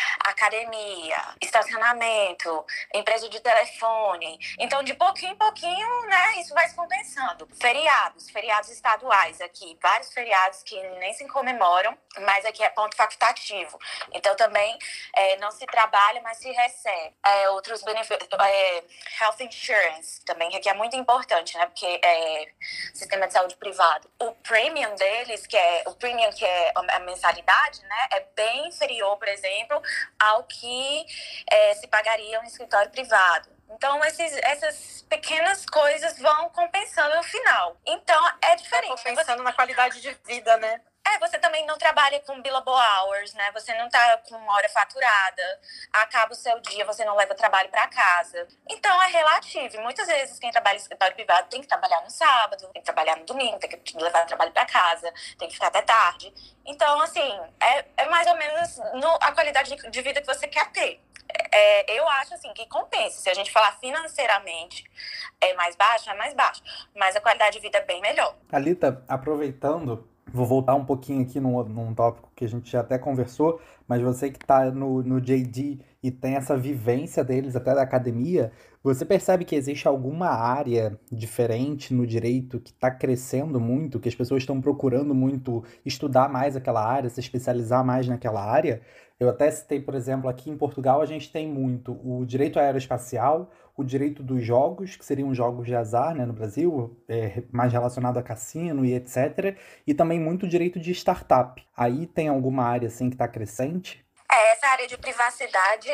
[SPEAKER 3] academia, estacionamento, empresa de telefone. Então, de pouquinho em pouquinho, né, isso vai se compensando. Feriados, feriados estaduais aqui, vários feriados que nem se comemoram, mas aqui é ponto facultativo. Então, também é, não se trabalha, mas se recebe. É, outros benefícios, é, health insurance também, que aqui é muito importante, né, porque é sistema de saúde privado. O premium deles, que é o premium que é a mensalidade, né, é bem inferior, por exemplo, ao que é, se pagaria um escritório privado. Então, esses, essas pequenas coisas vão compensando no final. Então, é diferente.
[SPEAKER 2] Tá compensando você... na qualidade de vida, né?
[SPEAKER 3] É, você também não trabalha com billable hours, né? Você não tá com hora faturada, acaba o seu dia, você não leva trabalho para casa. Então, é relativo. Muitas vezes, quem trabalha em escritório privado tem que trabalhar no sábado, tem que trabalhar no domingo, tem que levar trabalho para casa, tem que ficar até tarde. Então, assim, é, é mais ou menos no, a qualidade de, de vida que você quer ter. É, eu acho assim que compensa. Se a gente falar financeiramente é mais baixo, é mais baixo. Mas a qualidade de vida é bem melhor.
[SPEAKER 1] Thalita, aproveitando, vou voltar um pouquinho aqui num, num tópico que a gente já até conversou, mas você que está no, no J D e tem essa vivência deles até da academia, você percebe que existe alguma área diferente no direito que está crescendo muito, que as pessoas estão procurando muito estudar mais aquela área, se especializar mais naquela área? Eu até citei, por exemplo, aqui em Portugal a gente tem muito o direito aeroespacial, o direito dos jogos, que seriam jogos de azar, né, no Brasil, é, mais relacionado a cassino e etcétera. E também muito direito de startup. Aí tem alguma área assim que está crescente?
[SPEAKER 3] É, essa área de privacidade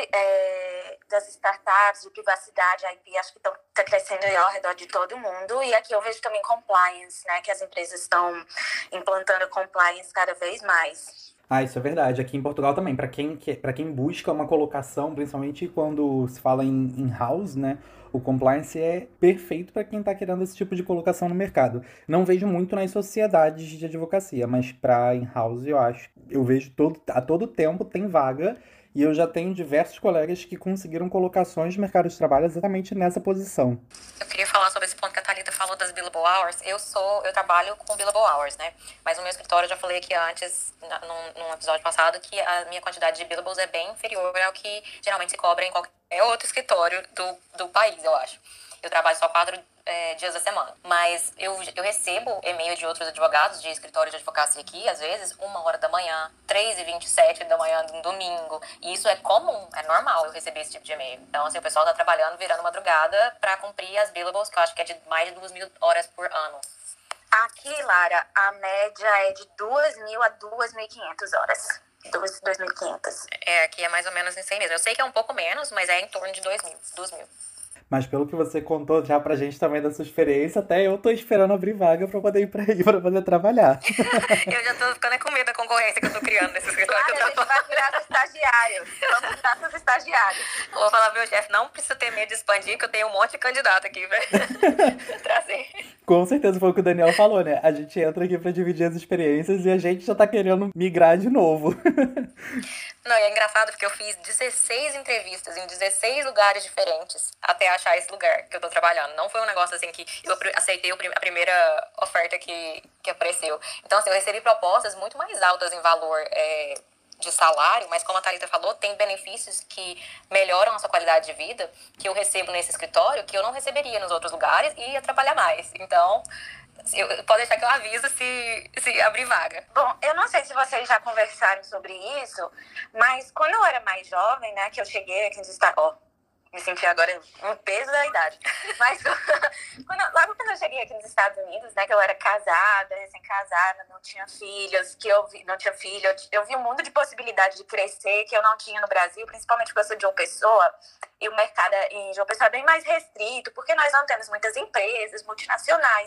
[SPEAKER 3] é, das startups, de privacidade, I P, acho que está crescendo ao redor de todo mundo. E aqui eu vejo também compliance, né, que as empresas estão implantando compliance cada vez mais.
[SPEAKER 1] Ah, isso é verdade. Aqui em Portugal também, para quem, para quem busca uma colocação, principalmente quando se fala em in-house, né? O compliance é perfeito para quem está querendo esse tipo de colocação no mercado. Não vejo muito nas sociedades de advocacia, mas para in-house eu acho, eu vejo todo, a todo tempo tem vaga. E eu já tenho diversos colegas que conseguiram colocações no mercado de trabalho exatamente nessa posição.
[SPEAKER 3] Eu queria falar sobre esse ponto que a Thalita falou das billable hours. Eu sou, eu trabalho com billable hours, né? Mas no meu escritório, eu já falei aqui antes, num, num episódio passado, que a minha quantidade de billables é bem inferior ao que geralmente se cobra em qualquer outro escritório do, do país, eu acho. Eu trabalho só quatro é, dias da semana. Mas eu, eu recebo e-mail de outros advogados de escritório de advocacia aqui, às vezes, uma hora da manhã, três e vinte e sete da manhã, no domingo. E isso é comum, é normal eu receber esse tipo de e-mail. Então, assim, o pessoal tá trabalhando, virando madrugada para cumprir as billables, que eu acho que é de mais de duas mil horas por ano. Aqui, Lara, a média é de duas mil a duas mil e quinhentas horas. dois mil e quinhentas. É, aqui é mais ou menos isso aí mesmo. Eu sei que é um pouco menos, mas é em torno de dois mil. duas mil.
[SPEAKER 1] Mas pelo que você contou já pra gente também da sua experiência, até eu tô esperando abrir vaga pra poder ir pra aí, pra poder trabalhar.
[SPEAKER 3] Eu já tô ficando com medo da concorrência que eu tô criando nesse escritório. Claro,
[SPEAKER 2] que eu a gente vai virar os estagiários. Vamos virar os estagiários.
[SPEAKER 3] Vou falar pro meu chefe, não precisa ter medo de expandir, que eu tenho um monte de candidato aqui pra trazer.
[SPEAKER 1] Com certeza foi o que o Daniel falou, né? A gente entra aqui pra dividir as experiências e a gente já tá querendo migrar de novo.
[SPEAKER 3] Não, e é engraçado porque eu fiz dezesseis entrevistas em dezesseis lugares diferentes até achar esse lugar que eu tô trabalhando. Não foi um negócio assim que eu aceitei a primeira oferta que, que apareceu. Então, assim, eu recebi propostas muito mais altas em valor é, de salário, mas como a Thalita falou, tem benefícios que melhoram a sua qualidade de vida, que eu recebo nesse escritório, que eu não receberia nos outros lugares e ia trabalhar mais. Então, eu, pode deixar que eu aviso se, se abrir vaga. Bom, eu não sei se vocês já conversaram sobre isso, mas quando eu era mais jovem, né, que eu cheguei aqui nos Estados Unidos, Me senti agora um peso da idade. Mas quando, logo quando eu cheguei aqui nos Estados Unidos, né, que eu era casada, recém-casada, não tinha filhos, que eu vi, não tinha filho, eu, eu vi um mundo de possibilidade de crescer que eu não tinha no Brasil, principalmente porque eu sou de João Pessoa, e o mercado em João Pessoa é bem mais restrito, porque nós não temos muitas empresas multinacionais.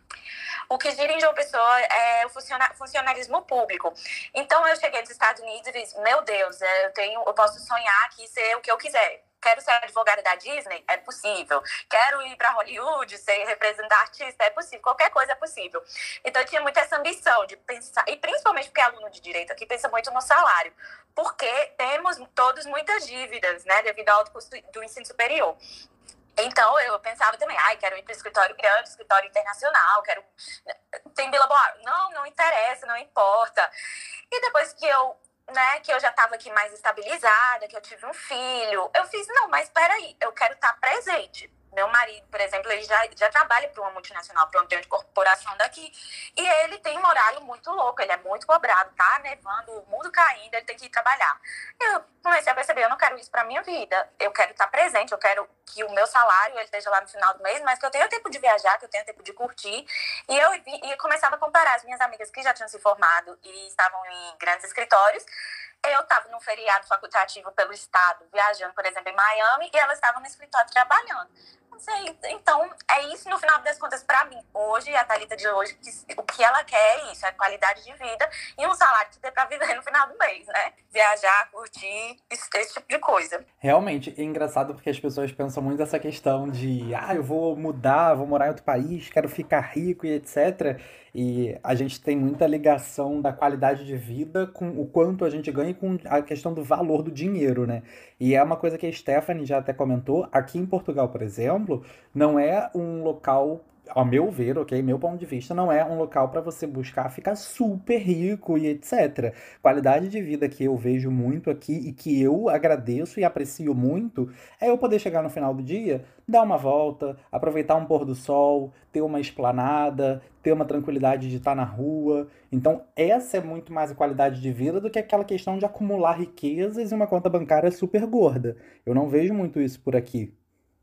[SPEAKER 3] O que gira em João Pessoa é o funcionarismo público. Então, eu cheguei nos Estados Unidos e disse, meu Deus, eu, tenho, eu posso sonhar aqui ser o que eu quiser. Quero ser advogada da Disney? É possível. Quero ir para Hollywood, ser representar artista? É possível. Qualquer coisa é possível. Então, eu tinha muita essa ambição de pensar, e principalmente porque aluno de direito aqui pensa muito no salário, porque temos todos muitas dívidas, né, devido ao alto custo do ensino superior. Então, eu pensava também, ai, quero ir para o escritório grande, escritório internacional, quero... Tem Billboard? Não, não interessa, não importa. E depois que eu, né, que eu já estava aqui mais estabilizada, que eu tive um filho, eu fiz, não, mas peraí, eu quero estar presente. Meu marido, por exemplo, ele já, já trabalha para uma multinacional, para uma grande corporação daqui. E ele tem um horário muito louco, ele é muito cobrado, tá nevando, o mundo caindo, ele tem que ir trabalhar. Eu comecei a perceber, eu não quero isso para minha vida. Eu quero estar presente, eu quero que o meu salário ele esteja lá no final do mês, mas que eu tenha tempo de viajar, que eu tenha tempo de curtir. E eu e começava a comparar as minhas amigas que já tinham se formado e estavam em grandes escritórios. Eu estava num feriado facultativo pelo estado, viajando, por exemplo, em Miami, e elas estavam no escritório trabalhando. Não sei, então, é isso, no final das contas, para mim, hoje, a Thalita de hoje, que, o que ela quer é isso, é qualidade de vida e um salário que dê para viver no final do mês, né? Viajar, curtir, esse, esse tipo de coisa.
[SPEAKER 1] Realmente, é engraçado porque as pessoas pensam muito essa questão de ah, eu vou mudar, vou morar em outro país, quero ficar rico e etcétera. E a gente tem muita ligação da qualidade de vida com o quanto a gente ganha e com a questão do valor do dinheiro, né? E é uma coisa que a Stephanie já até comentou, aqui em Portugal, por exemplo, não é um local, ao meu ver, ok? Meu ponto de vista, não é um local para você buscar ficar super rico e etcétera. Qualidade de vida que eu vejo muito aqui e que eu agradeço e aprecio muito é eu poder chegar no final do dia, dar uma volta, aproveitar um pôr do sol, ter uma esplanada, ter uma tranquilidade de estar na rua. Então, essa é muito mais a qualidade de vida do que aquela questão de acumular riquezas e uma conta bancária super gorda. Eu não vejo muito isso por aqui.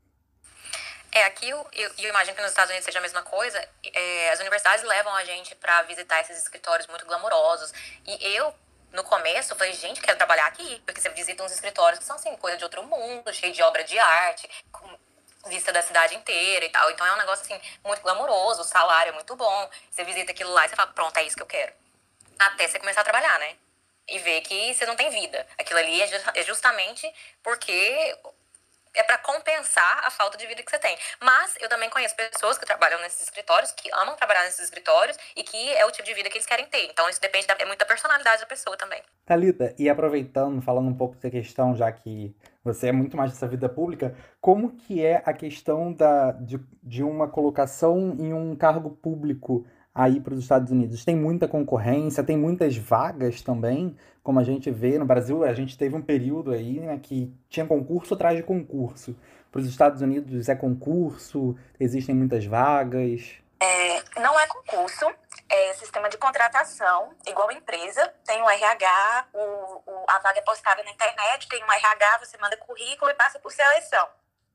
[SPEAKER 3] É, aqui eu, eu, eu imagino que nos Estados Unidos seja a mesma coisa. É, as universidades levam a gente para visitar esses escritórios muito glamourosos. E eu, no começo, falei, gente, quero trabalhar aqui. Porque você visita uns escritórios que são, assim, coisa de outro mundo, cheio de obra de arte, com vista da cidade inteira e tal. Então é um negócio, assim, muito glamouroso, o salário é muito bom. Você visita aquilo lá e você fala, pronto, é isso que eu quero. Até você começar a trabalhar, né? E ver que você não tem vida. Aquilo ali é justamente porque é para compensar a falta de vida que você tem. Mas eu também conheço pessoas que trabalham nesses escritórios, que amam trabalhar nesses escritórios e que é o tipo de vida que eles querem ter. Então isso depende da, é muito da personalidade da pessoa também.
[SPEAKER 1] Thalita, e aproveitando, falando um pouco da questão, já que você é muito mais dessa vida pública, como que é a questão da, de, de uma colocação em um cargo público aí para os Estados Unidos? Tem muita concorrência, tem muitas vagas também, como a gente vê no Brasil. A gente teve um período aí, né, que tinha concurso atrás de concurso. Para os Estados Unidos é concurso, existem muitas vagas.
[SPEAKER 4] É, não é concurso, é sistema de contratação, igual empresa. Tem o R H, o, o, a vaga é postada na internet, tem um R H, você manda currículo e passa por seleção.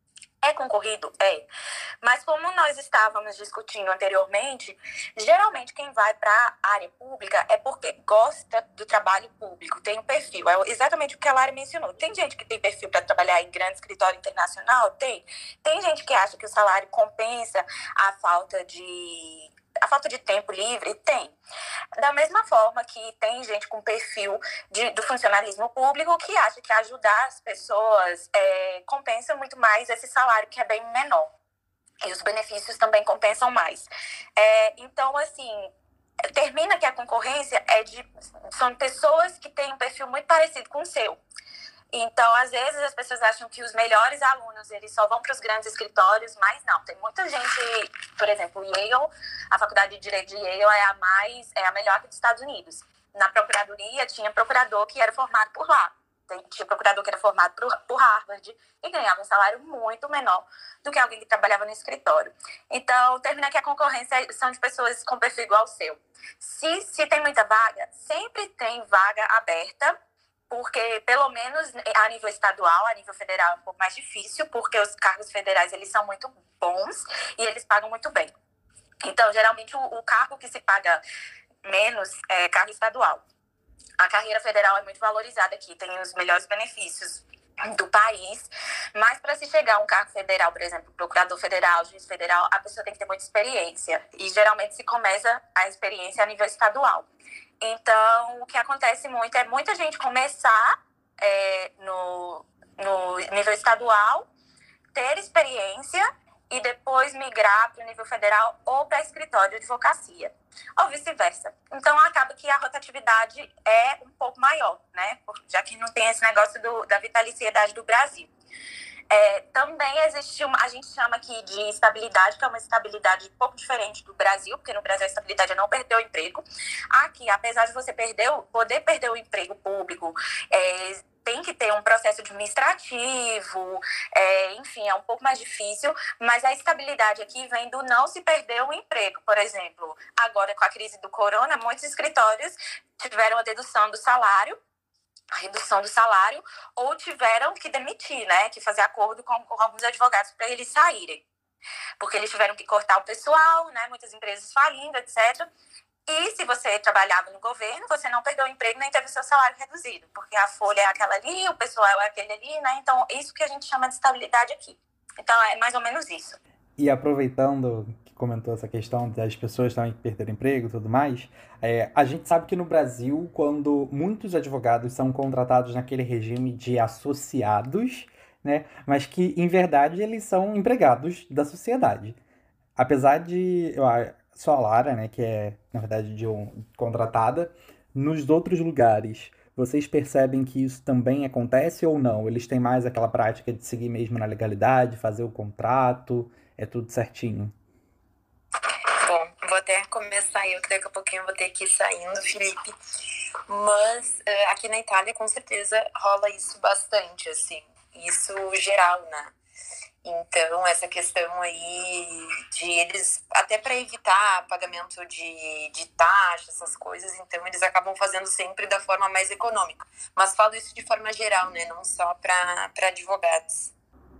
[SPEAKER 4] É concorrido? É. Mas como nós estávamos discutindo anteriormente, geralmente quem vai para a área pública é porque gosta do trabalho público, tem um perfil. É exatamente o que a Lara mencionou. Tem gente que tem perfil para trabalhar em grande escritório internacional? Tem. Tem gente que acha que o salário compensa a falta de... a falta de tempo livre? Tem. Da mesma forma que tem gente com perfil de, do funcionalismo público que acha que ajudar as pessoas é, compensa muito mais esse salário que é bem menor. E os benefícios também compensam mais. É, então, assim, termina que a concorrência é de, são pessoas que têm um perfil muito parecido com o seu. Então, às vezes, as pessoas acham que os melhores alunos, eles só vão para os grandes escritórios, mas não. Tem muita gente, por exemplo, Yale, a Faculdade de Direito de Yale é a, mais, é a melhor aqui dos Estados Unidos. Na procuradoria, tinha procurador que era formado por lá. Tinha procurador que era formado por, por Harvard e ganhava um salário muito menor do que alguém que trabalhava no escritório. Então, termina que a concorrência são de pessoas com perfil igual ao seu. Se, se tem muita vaga, sempre tem vaga aberta
[SPEAKER 3] porque pelo menos a nível estadual, a nível federal é um pouco mais difícil, porque os cargos federais eles são muito bons e eles pagam muito bem. Então, geralmente, o, o cargo que se paga menos é cargo estadual. A carreira federal é muito valorizada aqui, tem os melhores benefícios do país, mas para se chegar a um cargo federal, por exemplo, procurador federal, juiz federal, a pessoa tem que ter muita experiência. E geralmente se começa a experiência a nível estadual. Então, o que acontece muito é muita gente começar é, no, no nível estadual, ter experiência e depois migrar para o nível federal ou para escritório de advocacia, ou vice-versa. Então, acaba que a rotatividade é um pouco maior, né? Já que não tem esse negócio do, da vitaliciedade do Brasil. É, também existe uma, a gente chama aqui de estabilidade, que é uma estabilidade um pouco diferente do Brasil, porque no Brasil a estabilidade é não perder o emprego. Aqui, apesar de você perder, poder perder o emprego público, é, tem que ter um processo administrativo, é, enfim, é um pouco mais difícil, mas a estabilidade aqui vem do não se perder o emprego. Por exemplo, agora com a crise do corona, muitos escritórios tiveram a dedução do salário, a redução do salário, ou tiveram que demitir, né, que fazer acordo com, com alguns advogados para eles saírem. Porque eles tiveram que cortar o pessoal, né, muitas empresas falindo, etcétera. E se você trabalhava no governo, você não perdeu o emprego nem teve o seu salário reduzido, porque a folha é aquela ali, o pessoal é aquele ali, né, então isso que a gente chama de estabilidade aqui. Então é mais ou menos isso.
[SPEAKER 1] E aproveitando que comentou essa questão das pessoas também que perderam emprego e tudo mais, é, a gente sabe que no Brasil, quando muitos advogados são contratados naquele regime de associados, né, mas que, em verdade, eles são empregados da sociedade. Apesar de... Eu, só a Lara, né, que é, na verdade, de um, contratada, nos outros lugares, vocês percebem que isso também acontece ou não? Eles têm mais aquela prática de seguir mesmo na legalidade, fazer o contrato... É tudo certinho.
[SPEAKER 4] Bom, vou até começar eu, que daqui a pouquinho eu vou ter que ir saindo, Felipe. Mas uh, aqui na Itália, com certeza, rola isso bastante, assim. Isso geral, né? Então, essa questão aí de eles, até para evitar pagamento de, de taxa, essas coisas, então eles acabam fazendo sempre da forma mais econômica. Mas falo isso de forma geral, né? Não só para advogados.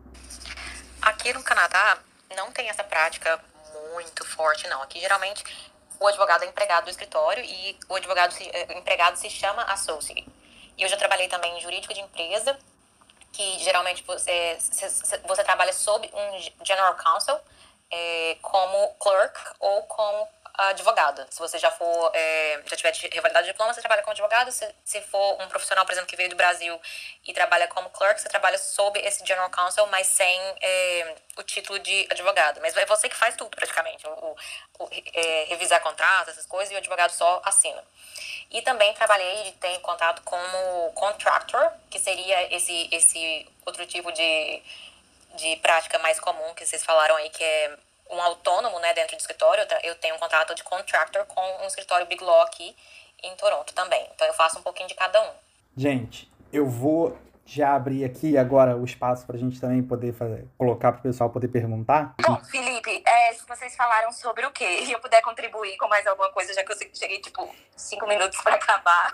[SPEAKER 3] Aqui no Canadá, não tem essa prática muito forte, não. Aqui, geralmente, o advogado é empregado do escritório e o advogado se, o empregado se chama associate. E eu já trabalhei também em jurídico de empresa, que geralmente você, você trabalha sob um general counsel, é, como clerk ou como advogado. Se você já for, é, já tiver revalidado o diploma, você trabalha como advogado. Se, se for um profissional, por exemplo, que veio do Brasil e trabalha como clerk, você trabalha sob esse general counsel, mas sem é, o título de advogado. Mas é você que faz tudo, praticamente. O, o, o é, revisar contratos, essas coisas, e o advogado só assina. E também trabalhei e tenho contato como contractor, que seria esse, esse outro tipo de, de prática mais comum que vocês falaram aí, que é um autônomo, né, dentro do escritório. Eu tenho um contrato de contractor com um escritório Big Law aqui em Toronto também. Então eu faço um pouquinho de cada um.
[SPEAKER 1] Gente, eu vou já abrir aqui agora o espaço para a gente também poder fazer, colocar para o pessoal poder perguntar.
[SPEAKER 3] Bom, Felipe, é, se vocês falaram sobre o quê? E eu puder contribuir com mais alguma coisa, já que eu cheguei, tipo, cinco minutos para acabar.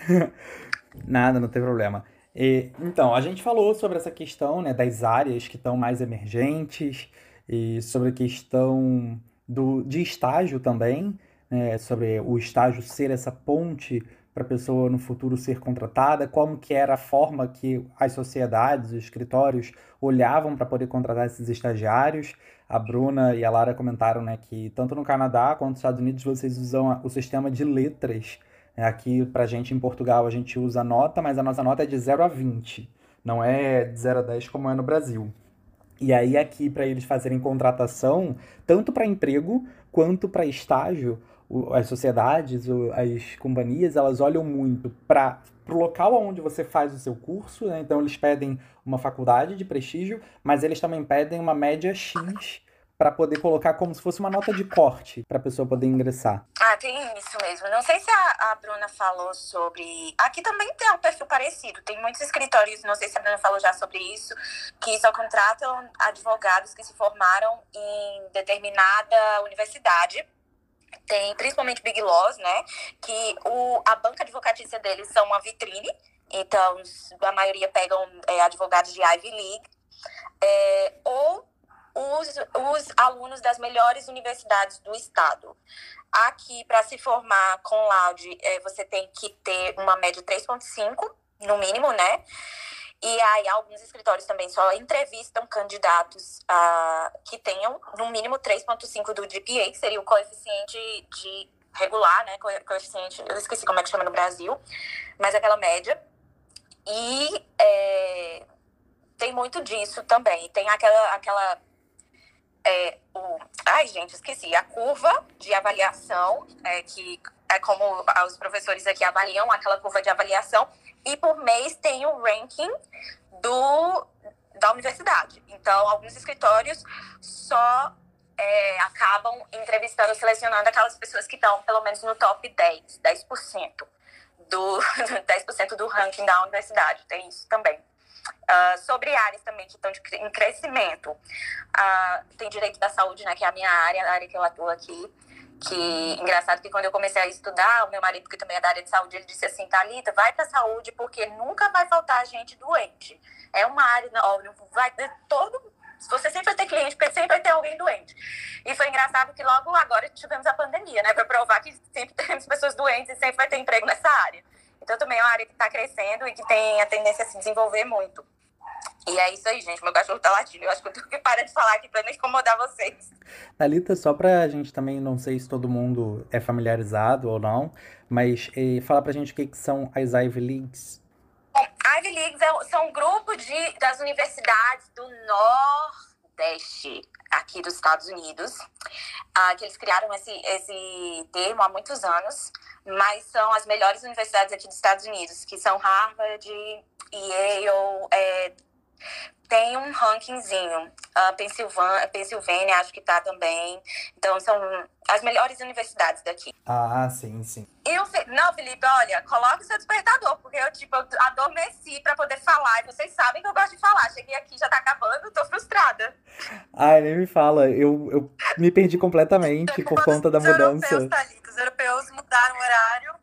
[SPEAKER 1] Nada, não tem problema. E, então, a gente falou sobre essa questão, né, das áreas que estão mais emergentes, e sobre a questão do, de estágio também, né, sobre o estágio ser essa ponte para a pessoa no futuro ser contratada, como que era a forma que as sociedades, os escritórios olhavam para poder contratar esses estagiários. A Bruna e a Lara comentaram, né, que tanto no Canadá quanto nos Estados Unidos vocês usam o sistema de letras. Aqui, para a gente, em Portugal, a gente usa nota, mas a nossa nota é de zero a vinte, não é de zero a dez como é no Brasil. E aí aqui, para eles fazerem contratação, tanto para emprego quanto para estágio, as sociedades, as companhias, elas olham muito para o local onde você faz o seu curso, né? Então eles pedem uma faculdade de prestígio, mas eles também pedem uma média X para poder colocar como se fosse uma nota de corte para a pessoa poder ingressar.
[SPEAKER 3] Ah, tem isso mesmo. Não sei se a, a Bruna falou sobre... Aqui também tem um perfil parecido. Tem muitos escritórios, não sei se a Bruna falou já sobre isso, que só contratam advogados que se formaram em determinada universidade. Tem principalmente Big Laws, né? Que o, a banca advocatícia deles são uma vitrine Então, a maioria pegam é, advogados de Ivy League, é, ou os, os alunos das melhores universidades do estado. Aqui, para se formar com laude, é, você tem que ter uma média três ponto cinco, no mínimo, né? E aí, alguns escritórios também só entrevistam candidatos uh, que tenham, no mínimo, três ponto cinco do G P A, que seria o coeficiente de regular, né? Coeficiente, eu esqueci como é que chama no Brasil, mas aquela média. E é, tem muito disso também. Tem aquela... aquela é, o, ai, gente, esqueci. A curva de avaliação, é, que é como os professores aqui avaliam aquela curva de avaliação. E por mês tem o ranking do, da universidade. Então, alguns escritórios só é, acabam entrevistando, selecionando aquelas pessoas que estão pelo menos no top dez, dez por cento do, dez por cento do ranking da universidade. Tem isso também. Uh, sobre áreas também que estão de, em crescimento. Uh, tem direito da saúde, né, que é a minha área, a área que eu atuo aqui. Que, engraçado que quando eu comecei a estudar, o meu marido, que também é da área de saúde, ele disse assim, Thalita, vai pra saúde, porque nunca vai faltar gente doente. É uma área, ó, vai ter todo... Você sempre vai ter cliente, porque sempre vai ter alguém doente. E foi engraçado que logo agora tivemos a pandemia, né, pra provar que sempre temos pessoas doentes e sempre vai ter emprego nessa área. Então também é uma área que tá crescendo e que tem a tendência a se desenvolver muito. E é isso aí, gente. Meu cachorro tá latindo. Eu acho que eu tenho que parar de falar aqui pra não incomodar vocês.
[SPEAKER 1] Thalita, só pra gente também, não sei se todo mundo é familiarizado ou não, mas eh, fala pra gente o que, que são as Ivy Leagues.
[SPEAKER 3] Bom, Ivy Leagues é, são um grupo de, das universidades do Nordeste, aqui dos Estados Unidos, ah, que eles criaram esse, esse termo há muitos anos, mas são as melhores universidades aqui dos Estados Unidos, que são Harvard, Yale, é, tem um rankingzinho. Uh, Pensilvânia, Pensilvânia, acho que tá também. Então, são as melhores universidades daqui.
[SPEAKER 1] Ah, sim, sim.
[SPEAKER 3] Eu, não, Felipe, olha, coloca o seu despertador, porque eu, tipo, eu adormeci pra poder falar. E vocês sabem que eu gosto de falar. Cheguei aqui, já tá acabando, tô frustrada.
[SPEAKER 1] Ai, nem me fala. Eu, eu me perdi completamente por conta da mudança.
[SPEAKER 2] Os europeus, Thalita, os europeus mudaram o horário.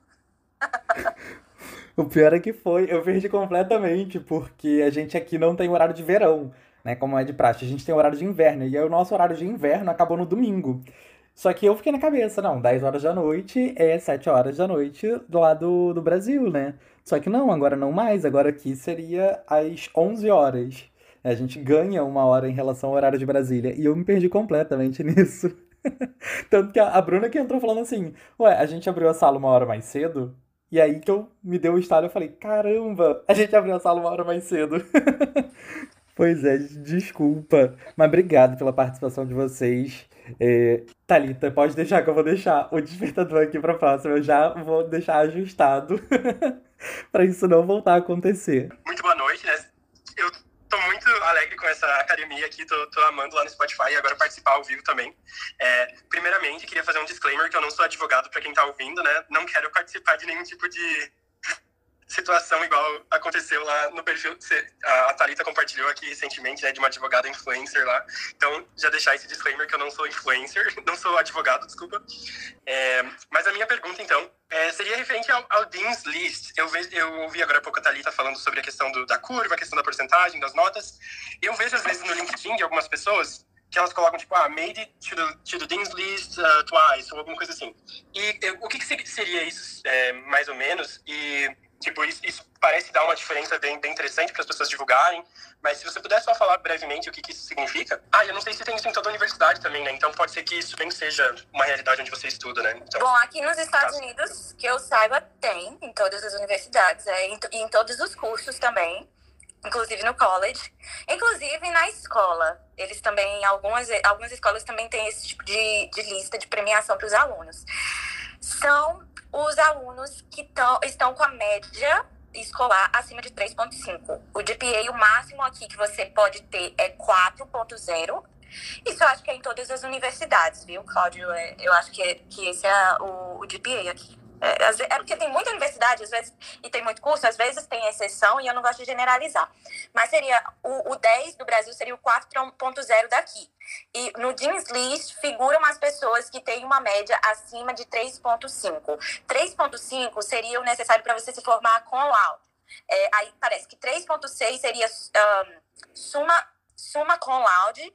[SPEAKER 1] O pior é que foi, eu perdi completamente, porque a gente aqui não tem horário de verão, né, como é de praxe. A gente tem horário de inverno, e aí o nosso horário de inverno acabou no domingo. Só que eu fiquei na cabeça, não, dez horas da noite é sete horas da noite do lado do Brasil, né? Só que não, agora não mais, agora aqui seria às onze horas. A gente ganha uma hora em relação ao horário de Brasília, e eu me perdi completamente nisso. Tanto que a, a Bruna que entrou falando assim, ué, a gente abriu a sala uma hora mais cedo? E aí que eu me deu o estalo, eu falei, caramba, a gente abriu a sala uma hora mais cedo. Pois é, desculpa. Mas obrigado pela participação de vocês. É, Thalita, pode deixar que eu vou deixar o despertador aqui pra próxima. Eu já vou deixar ajustado pra isso não voltar a acontecer.
[SPEAKER 5] Muito boa noite, né? Eu tô muito alegre com essa academia aqui, tô, tô amando lá no Spotify e agora participar ao vivo também. É, primeiramente, queria fazer um disclaimer que eu não sou advogado pra quem tá ouvindo, né? Não quero participar de nenhum tipo de situação igual aconteceu lá no perfil. A Thalita compartilhou aqui recentemente, né, de uma advogada influencer lá. Então, já deixar esse disclaimer que eu não sou influencer, não sou advogado, desculpa. É, mas a minha pergunta, então, é, seria referente ao, ao Dean's List. Eu, ve, eu ouvi agora há pouco a Thalita falando sobre a questão do, da curva, a questão da porcentagem, das notas. Eu vejo, às vezes, no LinkedIn de algumas pessoas que elas colocam, tipo, ah, made it to the, to the Dean's List uh, twice, ou alguma coisa assim. E eu, o que, que seria isso, é, mais ou menos? E... Tipo, isso, isso parece dar uma diferença bem, bem interessante para as pessoas divulgarem, mas se você puder só falar brevemente o que, que isso significa. Ah, eu não sei se tem isso em toda a universidade também, né? Então pode ser que isso nem seja uma realidade onde você estuda, né? Então,
[SPEAKER 3] bom, aqui nos Estados caso... Unidos, que eu saiba, tem em todas as universidades, é, em, em todos os cursos também, inclusive no college, inclusive na escola. Eles também, algumas, algumas escolas também têm esse tipo de, de lista de premiação para os alunos. São os alunos que tão, estão com a média escolar acima de três ponto cinco. O G P A, o máximo aqui que você pode ter é quatro ponto zero. Isso eu acho que é em todas as universidades, viu, Cláudio? É, eu acho que, é, que esse é o, o G P A aqui. É, é porque tem muita universidade, às vezes, e tem muito curso, às vezes tem exceção, e eu não gosto de generalizar. Mas seria o, o dez do Brasil seria o quatro ponto zero daqui. E no Dean's List figuram as pessoas que têm uma média acima de três ponto cinco. três ponto cinco seria o necessário para você se formar com laude. É, aí parece que três ponto seis seria um, suma, suma cum laude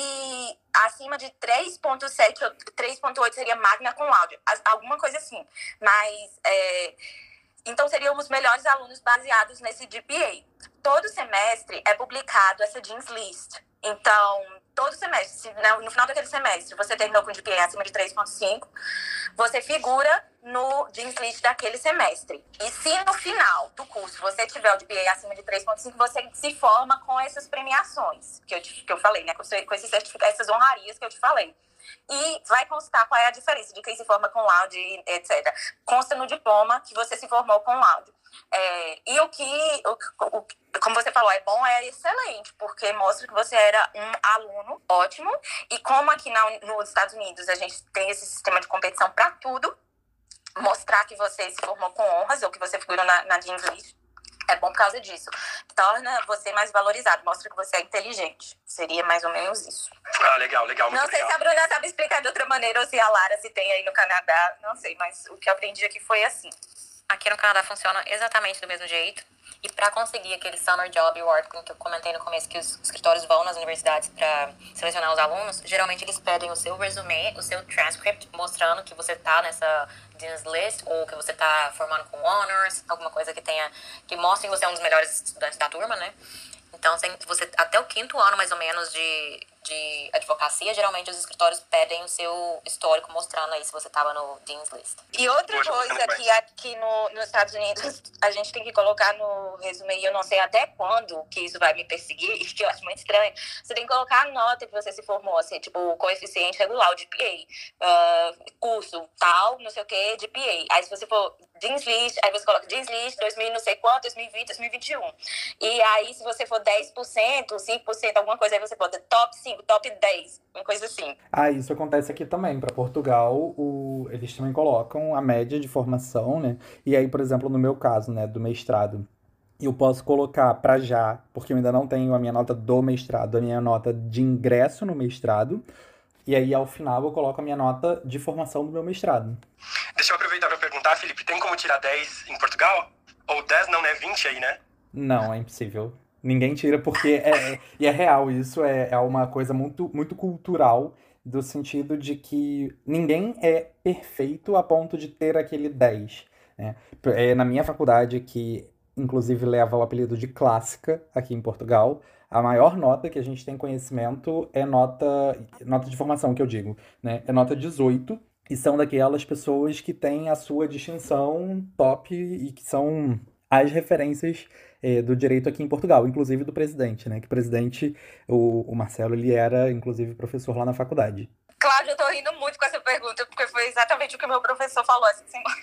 [SPEAKER 3] e acima de três ponto sete ou três ponto oito seria magna cum laude, alguma coisa assim. Mas, é, então seriam os melhores alunos baseados nesse G P A. Todo semestre é publicado essa Dean's List. Então, todo semestre, se no final daquele semestre você terminou com G P A acima de três ponto cinco, você figura no Dean's List daquele semestre. E se no final do curso você tiver o G P A acima de três ponto cinco, você se forma com essas premiações que eu, te, que eu falei, né? Com, com esses certificados, essas honrarias que eu te falei. E vai constar qual é a diferença de quem se forma com laude, etcétera. Consta no diploma que você se formou com laude. É, e o que, o, o, como você falou, é bom, é excelente, porque mostra que você era um aluno ótimo. E como aqui na, nos Estados Unidos a gente tem esse sistema de competição para tudo, mostrar que você se formou com honras ou que você figurou na, na Dean's List é bom por causa disso. Torna você mais valorizado, mostra que você é inteligente. Seria mais ou menos isso.
[SPEAKER 5] Ah, legal, legal. Muito
[SPEAKER 3] não sei
[SPEAKER 5] legal.
[SPEAKER 3] se a Bruna sabe explicar de outra maneira ou se a Lara se tem aí no Canadá. Não sei, mas o que eu aprendi aqui foi assim.
[SPEAKER 6] Aqui no Canadá funciona exatamente do mesmo jeito. E para conseguir aquele Summer Job Award, que eu comentei no começo, que os escritórios vão nas universidades para selecionar os alunos, geralmente eles pedem o seu resume, o seu transcript, mostrando que você tá nessa Dean's List, ou que você tá formando com honors, alguma coisa que tenha, que mostre que você é um dos melhores estudantes da turma, né? Então, você, até o quinto ano, mais ou menos, de, de advocacia, geralmente os escritórios pedem o seu histórico, mostrando aí se você estava no Dean's List.
[SPEAKER 3] E outra
[SPEAKER 5] Poxa,
[SPEAKER 3] coisa que aqui no, nos Estados Unidos a gente tem que colocar no resumo, e eu não sei até quando que isso vai me perseguir, que eu acho muito estranho, você tem que colocar a nota que você se formou, assim, tipo, o coeficiente regular, o G P A, uh, curso tal, não sei o que, G P A. Aí se você for Dean's List, aí você coloca Dean's List, dois mil não sei quanto, dois mil e vinte, dois mil e vinte e um. E aí se você for dez por cento, cinco por cento, alguma coisa, aí você bota top cinco, top dez, uma coisa assim.
[SPEAKER 1] Ah, isso acontece aqui também. Para Portugal, o... eles também colocam a média de formação, né? E aí, por exemplo, no meu caso, né, do mestrado, eu posso colocar para já, porque eu ainda não tenho a minha nota do mestrado, a minha nota de ingresso no mestrado, e aí ao final eu coloco a minha nota de formação do meu mestrado.
[SPEAKER 5] Deixa eu aproveitar para perguntar, Felipe, tem como tirar dez em Portugal? Ou dez não, né? vinte aí, né?
[SPEAKER 1] Não, é impossível. Ninguém tira porque é, e é real isso, é, é uma coisa muito, muito cultural, do sentido de que ninguém é perfeito a ponto de ter aquele dez, né? É, na minha faculdade, que inclusive leva o apelido de clássica aqui em Portugal, a maior nota que a gente tem conhecimento é nota, nota de formação, que eu digo, né? É nota dezoito, e são daquelas pessoas que têm a sua distinção top e que são as referências é, do direito aqui em Portugal, inclusive do presidente, né? Que o presidente, o, o Marcelo, ele era, inclusive, professor lá na faculdade.
[SPEAKER 3] Cláudia, eu tô rindo muito com essa pergunta, porque foi exatamente o que o meu professor falou essa semana.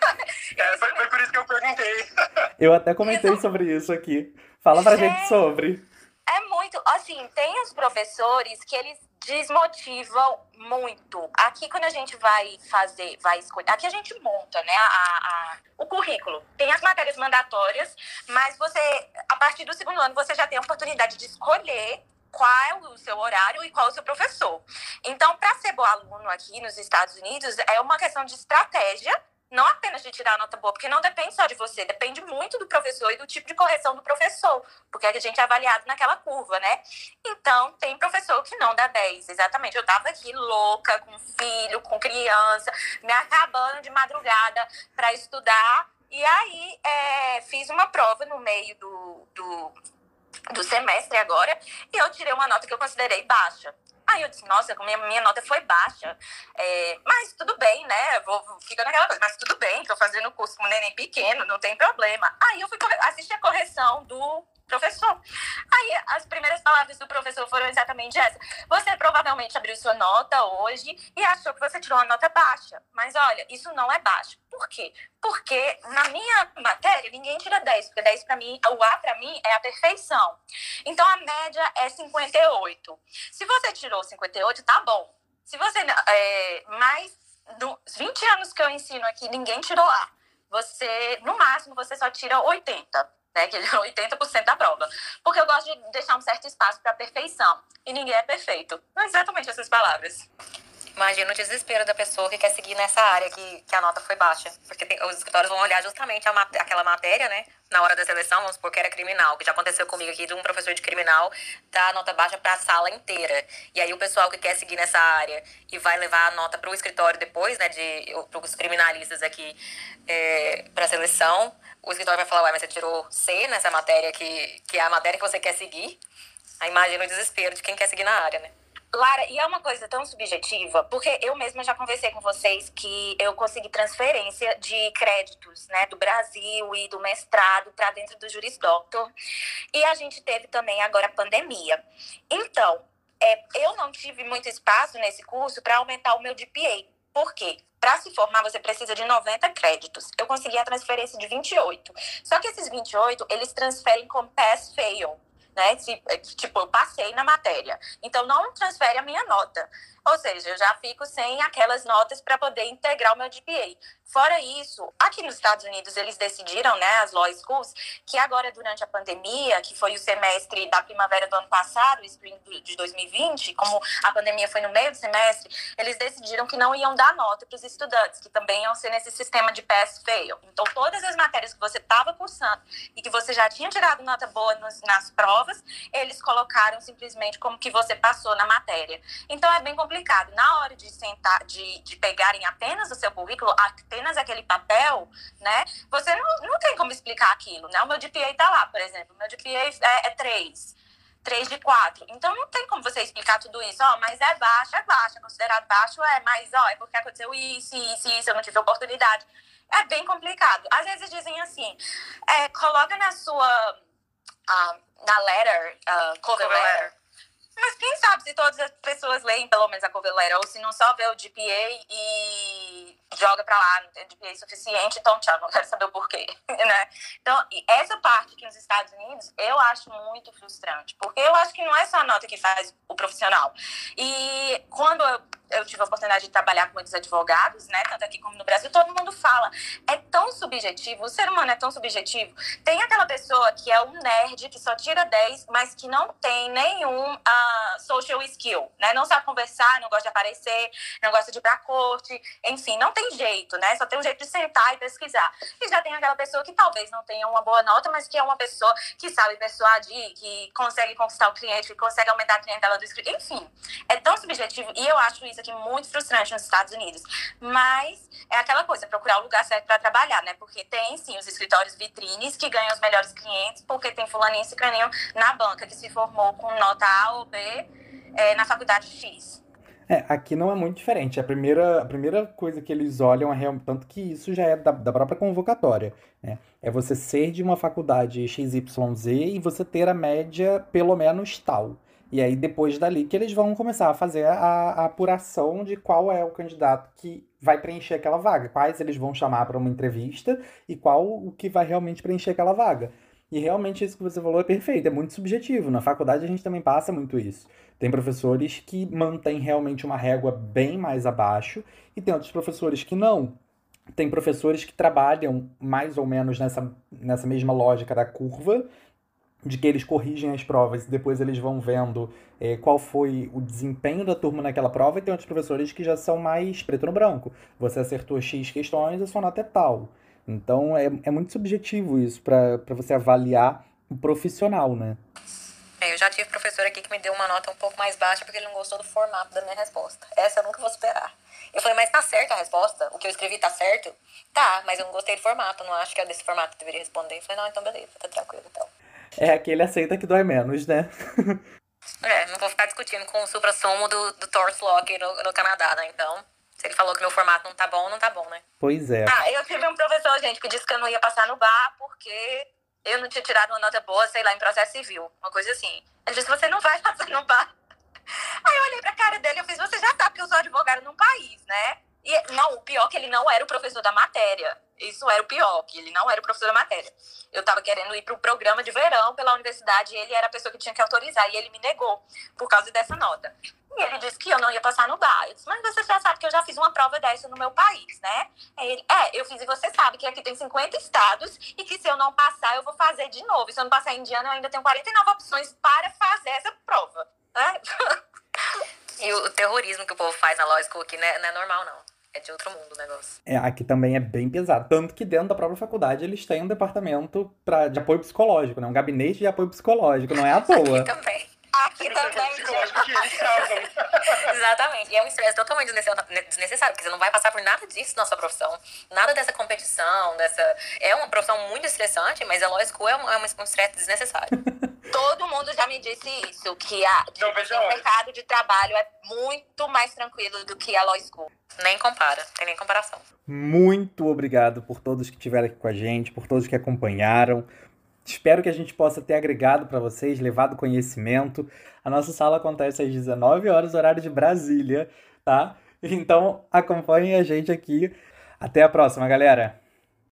[SPEAKER 5] É, foi, foi por isso que eu perguntei.
[SPEAKER 1] Eu até comentei sobre isso aqui. Fala pra gente, gente sobre.
[SPEAKER 3] É muito, assim, tem os professores que eles desmotivam muito. Aqui, quando a gente vai fazer, vai escolher, aqui a gente monta, né, a, a, o currículo. Tem as matérias mandatórias, mas você, a partir do segundo ano, você já tem a oportunidade de escolher qual é o seu horário e qual é o seu professor. Então, para ser bom aluno aqui nos Estados Unidos, é uma questão de estratégia, não apenas de tirar a nota boa, porque não depende só de você, depende muito do professor e do tipo de correção do professor, porque a gente é avaliado naquela curva, né? Então, tem professor que não dá dez, exatamente. Eu tava aqui louca, com filho, com criança, me acabando de madrugada para estudar, e aí é, fiz uma prova no meio do, do, do semestre agora, e eu tirei uma nota que eu considerei baixa. Aí eu disse, nossa, minha, minha nota foi baixa, é, mas tudo bem, né, vou, fica naquela coisa, mas tudo bem, tô fazendo curso com um neném pequeno, não tem problema. Aí eu fui assistir a correção do professor. Aí as primeiras palavras do professor foram exatamente essa: você provavelmente abriu sua nota hoje e achou que você tirou uma nota baixa, mas olha, isso não é baixo. Por quê? Porque na minha matéria ninguém tira dez, porque dez para mim, o A para mim é a perfeição. Então a média é cinquenta e oito. Se você tirou cinquenta e oito, tá bom. Se você, é, mais nos vinte anos que eu ensino aqui, ninguém tirou A. Você, no máximo, você só tira oitenta. Né, que é oitenta por cento da prova. Porque eu gosto de deixar um certo espaço para perfeição. E ninguém é perfeito. Não é exatamente essas palavras. Imagina o desespero da pessoa que quer seguir nessa área que, que a nota foi baixa. Porque tem, os escritórios vão olhar justamente a, aquela matéria, né? Na hora da seleção, vamos supor que era criminal, que já aconteceu comigo aqui, de um professor de criminal dar a nota baixa para a sala inteira. E aí o pessoal que quer seguir nessa área e vai levar a nota para o escritório depois, né? De, para os criminalistas aqui, é, para a seleção, o escritório vai falar, ué, mas você tirou C nessa matéria que, que é a matéria que você quer seguir? Aí imagina o desespero de quem quer seguir na área, né?
[SPEAKER 6] Lara, e é uma coisa tão subjetiva, porque eu mesma já conversei com vocês que eu consegui transferência de créditos, né, do Brasil e do mestrado para dentro do Juris Doctor. E a gente teve também agora a pandemia. Então, é, eu não tive muito espaço nesse curso para aumentar o meu G P A. Por quê? Para se formar, você precisa de noventa créditos. Eu consegui a transferência de vinte e oito. Só que esses vinte e oito, eles transferem com pass-fail. Né? Tipo, eu passei na matéria. Então, não transfere a minha nota. Ou seja, eu já fico sem aquelas notas para poder integrar o meu G P A. Fora isso, aqui nos Estados Unidos, eles decidiram, né, as law schools, que agora, durante a pandemia, que foi o semestre da primavera do ano passado, o spring de dois mil e vinte, como a pandemia foi no meio do semestre, eles decidiram que não iam dar nota para os estudantes, que também iam ser nesse sistema de pass-fail. Então, todas as matérias que você estava cursando e que você já tinha tirado nota boa nos, nas provas, eles colocaram simplesmente como que você passou na matéria. Então, é bem complicado. Na hora de sentar, de, de pegarem apenas o seu currículo, apenas aquele papel, né? Você não, não tem como explicar aquilo, né? O meu G P A tá lá, por exemplo. O meu G P A é, é três. três de quatro. Então, não tem como você explicar tudo isso. Ó, mas é baixo, é baixo. É considerado baixo, é. Mas, ó, é porque aconteceu isso, isso, isso. Eu não tive oportunidade. É bem complicado. Às vezes dizem assim, é, coloca na sua... Uh, na letter, uh, cover letter. Mas quem sabe se todas as pessoas leem pelo menos a cover letter, ou se não só vê o G P A e joga pra lá, não tem G P A suficiente, então tchau, não quero saber o porquê, né? Então, essa parte aqui nos Estados Unidos, eu acho muito frustrante, porque eu acho que não é só a nota que faz o profissional. E quando eu, eu tive a oportunidade de trabalhar com muitos advogados, né, tanto aqui como no Brasil, todo mundo fala, é tão subjetivo, o ser humano é tão subjetivo. Tem aquela pessoa que é um nerd, que só tira dez, mas que não tem nenhum uh, social skill, né? Não sabe conversar, não gosta de aparecer, não gosta de ir pra corte, enfim, não tem jeito, né? Só tem um jeito de sentar e pesquisar. E já tem aquela pessoa que talvez não tenha uma boa nota, mas que é uma pessoa que sabe persuadir, que consegue conquistar o cliente, que consegue aumentar a clientela do escritório. Enfim, é tão subjetivo e eu acho isso aqui muito frustrante nos Estados Unidos. Mas é aquela coisa, procurar o lugar certo para trabalhar, né? Porque tem, sim, os escritórios vitrines que ganham os melhores clientes, porque tem fulaninho e cicraninho na banca que se formou com nota A ou B é, na faculdade X.
[SPEAKER 1] É, aqui não é muito diferente. A primeira, a primeira coisa que eles olham é realmente, tanto que isso já é da, da própria convocatória, né? É você ser de uma faculdade X Y Z e você ter a média pelo menos tal. E aí, depois dali, que eles vão começar a fazer a, a apuração de qual é o candidato que vai preencher aquela vaga. Quais eles vão chamar para uma entrevista e qual o que vai realmente preencher aquela vaga. E realmente isso que você falou é perfeito, é muito subjetivo. Na faculdade a gente também passa muito isso. Tem professores que mantêm realmente uma régua bem mais abaixo e tem outros professores que não. Tem professores que trabalham mais ou menos nessa, nessa mesma lógica da curva, de que eles corrigem as provas e depois eles vão vendo é, qual foi o desempenho da turma naquela prova, e tem outros professores que já são mais preto no branco. Você acertou X questões, a sua nota é tal. Então é, é muito subjetivo isso para você avaliar o profissional, né?
[SPEAKER 3] É, eu já tive professor aqui que me deu uma nota um pouco mais baixa porque ele não gostou do formato da minha resposta. Essa eu nunca vou superar. Eu falei, mas tá certa a resposta? O que eu escrevi tá certo? Tá, mas eu não gostei do formato, não acho que é desse formato que eu deveria responder. Eu falei, não, então beleza, tá tranquilo então.
[SPEAKER 1] É aquele aceita que dói menos, né?
[SPEAKER 3] É, não vou ficar discutindo com o supra-sumo do, do Torslok no, no Canadá, né? Então, se ele falou que meu formato não tá bom, não tá bom, né?
[SPEAKER 1] Pois é.
[SPEAKER 6] Ah, eu tive um professor, gente, que disse que eu não ia passar no bar porque eu não tinha tirado uma nota boa, sei lá, em processo civil. Uma coisa assim. Ele disse, você não vai passar no bar. Aí eu olhei pra cara dele e eu fiz, você já sabe que eu sou advogada num país, né? E não, o pior é que ele não era o professor da matéria. Isso era o pior, que ele não era o professor da matéria. Eu tava querendo ir pro programa de verão pela universidade e ele era a pessoa que tinha que autorizar. E ele me negou por causa dessa nota. E ele disse que eu não ia passar no bar. Eu disse, mas você já sabe que eu já fiz uma prova dessa no meu país, né? Aí ele, é, eu fiz e você sabe que aqui tem cinquenta estados e que se eu não passar, eu vou fazer de novo. E se eu não passar em Indiana, eu ainda tenho quarenta e nove opções para fazer essa prova, né?
[SPEAKER 3] E o terrorismo que o povo faz na law school aqui não é, não é normal, não. É de outro mundo o negócio.
[SPEAKER 1] É, aqui também é bem pesado. Tanto que dentro da própria faculdade eles têm um departamento pra, de apoio psicológico, né? Um gabinete de apoio psicológico, não é à toa.
[SPEAKER 3] Aqui também.
[SPEAKER 6] Aqui também,
[SPEAKER 5] Psicológico que eles causam.
[SPEAKER 3] Exatamente. E é um estresse totalmente desnecessário, porque você não vai passar por nada disso na sua profissão. Nada dessa competição, dessa... É uma profissão muito estressante, mas a law school é um, é um estresse desnecessário.
[SPEAKER 6] todo mundo já me disse isso, que, a, que
[SPEAKER 5] Não, veja
[SPEAKER 6] o
[SPEAKER 5] olha.
[SPEAKER 6] mercado de trabalho é muito mais tranquilo do que a law school.
[SPEAKER 3] Nem compara, tem nem comparação.
[SPEAKER 1] Muito obrigado por todos que estiveram aqui com a gente, por todos que acompanharam. Espero que a gente possa ter agregado para vocês, levado conhecimento. A nossa sala acontece às dezenove horas, horário de Brasília, tá? Então acompanhem a gente aqui. Até a próxima, galera!